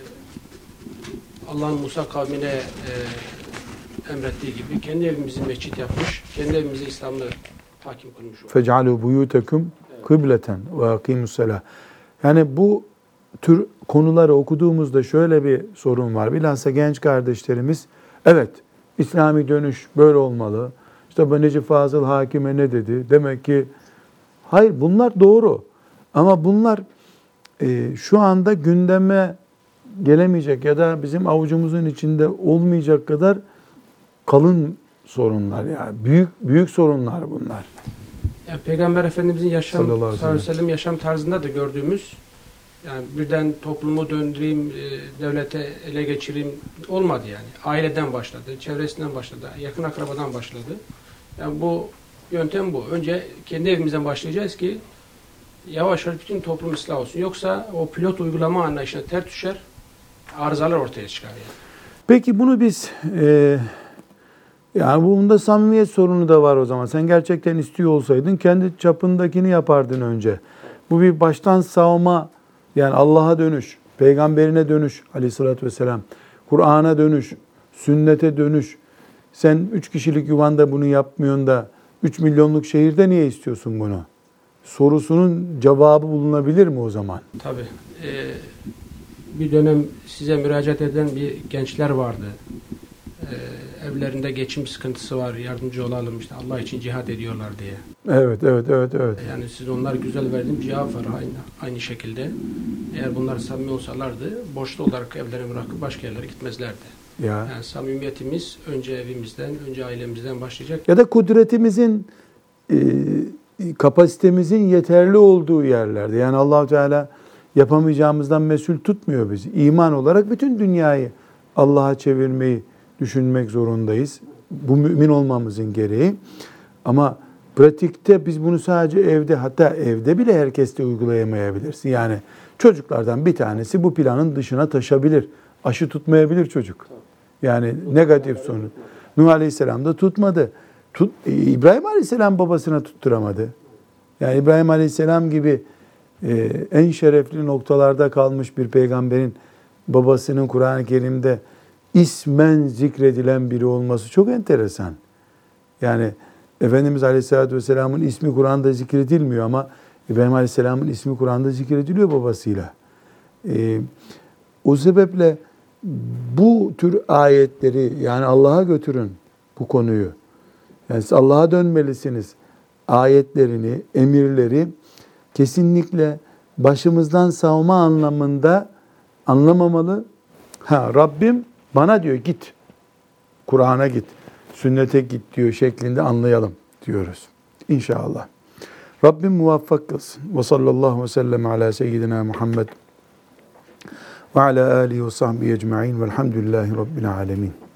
Allah'ın Musa kavmine e, emrettiği gibi kendi evimizi mescit yapmış, kendi evimizi İslam'la hakim kılmış olur. فَجْعَلُوا بُيُوتَكُمْ kıbleten ve akimussalah. Yani bu tür konuları okuduğumuzda şöyle bir sorun var. Bilhassa genç kardeşlerimiz, evet İslami dönüş böyle olmalı. İşte bu Necip Fazıl Hakim'e ne dedi? Demek ki hayır bunlar doğru. Ama bunlar e, şu anda gündeme gelemeyecek ya da bizim avucumuzun içinde olmayacak kadar kalın sorunlar yani. Büyük büyük sorunlar bunlar. Yani Peygamber Efendimizin yaşam Sallallahu sallallahu aleyhi ve aleyhi ve sellem yaşam tarzında da gördüğümüz yani birden toplumu döndüreyim, e, devlete ele geçireyim olmadı yani. Aileden başladı, çevresinden başladı, yakın akrabadan başladı. Yani bu yöntem bu. Önce kendi evimizden başlayacağız ki yavaş yavaş bütün toplum ıslah olsun. Yoksa o pilot uygulama anlayışına ters düşer, arızalar ortaya çıkar yani. Peki bunu biz e, yani bunda samimiyet sorunu da var o zaman. Sen gerçekten istiyor olsaydın kendi çapındakini yapardın önce. Bu bir baştan savma yani Allah'a dönüş, peygamberine dönüş aleyhissalatü vesselam, Kur'an'a dönüş, sünnete dönüş. Sen üç kişilik yuvanda bunu yapmıyorsun da üç milyonluk şehirde niye istiyorsun bunu? Sorusunun cevabı bulunabilir mi o zaman? Tabii. Ee, bir dönem size müracaat eden bir gençler vardı. Ee, evlerinde geçim sıkıntısı var, yardımcı olalım işte Allah için cihad ediyorlar diye. Evet, evet, evet, evet. Yani siz onlar güzel verdiğim cevap var aynı, aynı şekilde. Eğer bunlar samimi olsalardı boşta olarak evlerini bırakıp başka yerlere gitmezlerdi. Ya. Yani samimiyetimiz önce evimizden, önce ailemizden başlayacak. Ya da kudretimizin, e, kapasitemizin yeterli olduğu yerlerde. Yani Allah-u Teala yapamayacağımızdan mesul tutmuyor bizi. İman olarak bütün dünyayı Allah'a çevirmeyi düşünmek zorundayız. Bu mümin olmamızın gereği. Ama pratikte biz bunu sadece evde, hatta evde bile herkes de uygulayamayabilirsin. Yani çocuklardan bir tanesi bu planın dışına taşabilir. Aşı tutmayabilir çocuk. Yani negatif sonu. Nuh Aleyhisselam da tutmadı. Tut, İbrahim Aleyhisselam babasına tutturamadı. Yani İbrahim Aleyhisselam gibi e, en şerefli noktalarda kalmış bir peygamberin babasının Kur'an-ı Kerim'de ismen zikredilen biri olması çok enteresan. Yani Efendimiz Aleyhisselatü Vesselam'ın ismi Kur'an'da zikredilmiyor ama İbrahim Aleyhisselam'ın ismi Kur'an'da zikrediliyor babasıyla. E, o sebeple bu tür ayetleri yani Allah'a götürün bu konuyu. Yani siz Allah'a dönmelisiniz. Ayetlerini, emirleri kesinlikle başımızdan savma anlamında anlamamalı. Ha, Rabbim bana diyor git. Kur'an'a git. sünnete git diyor şeklinde anlayalım diyoruz. İnşallah. Rabbim muvaffak kılsın. Ve sallallahu ve sellem ala seyyidina Muhammed ve ala alihi ve sahbihi ecma'in velhamdülillahi rabbil alemin.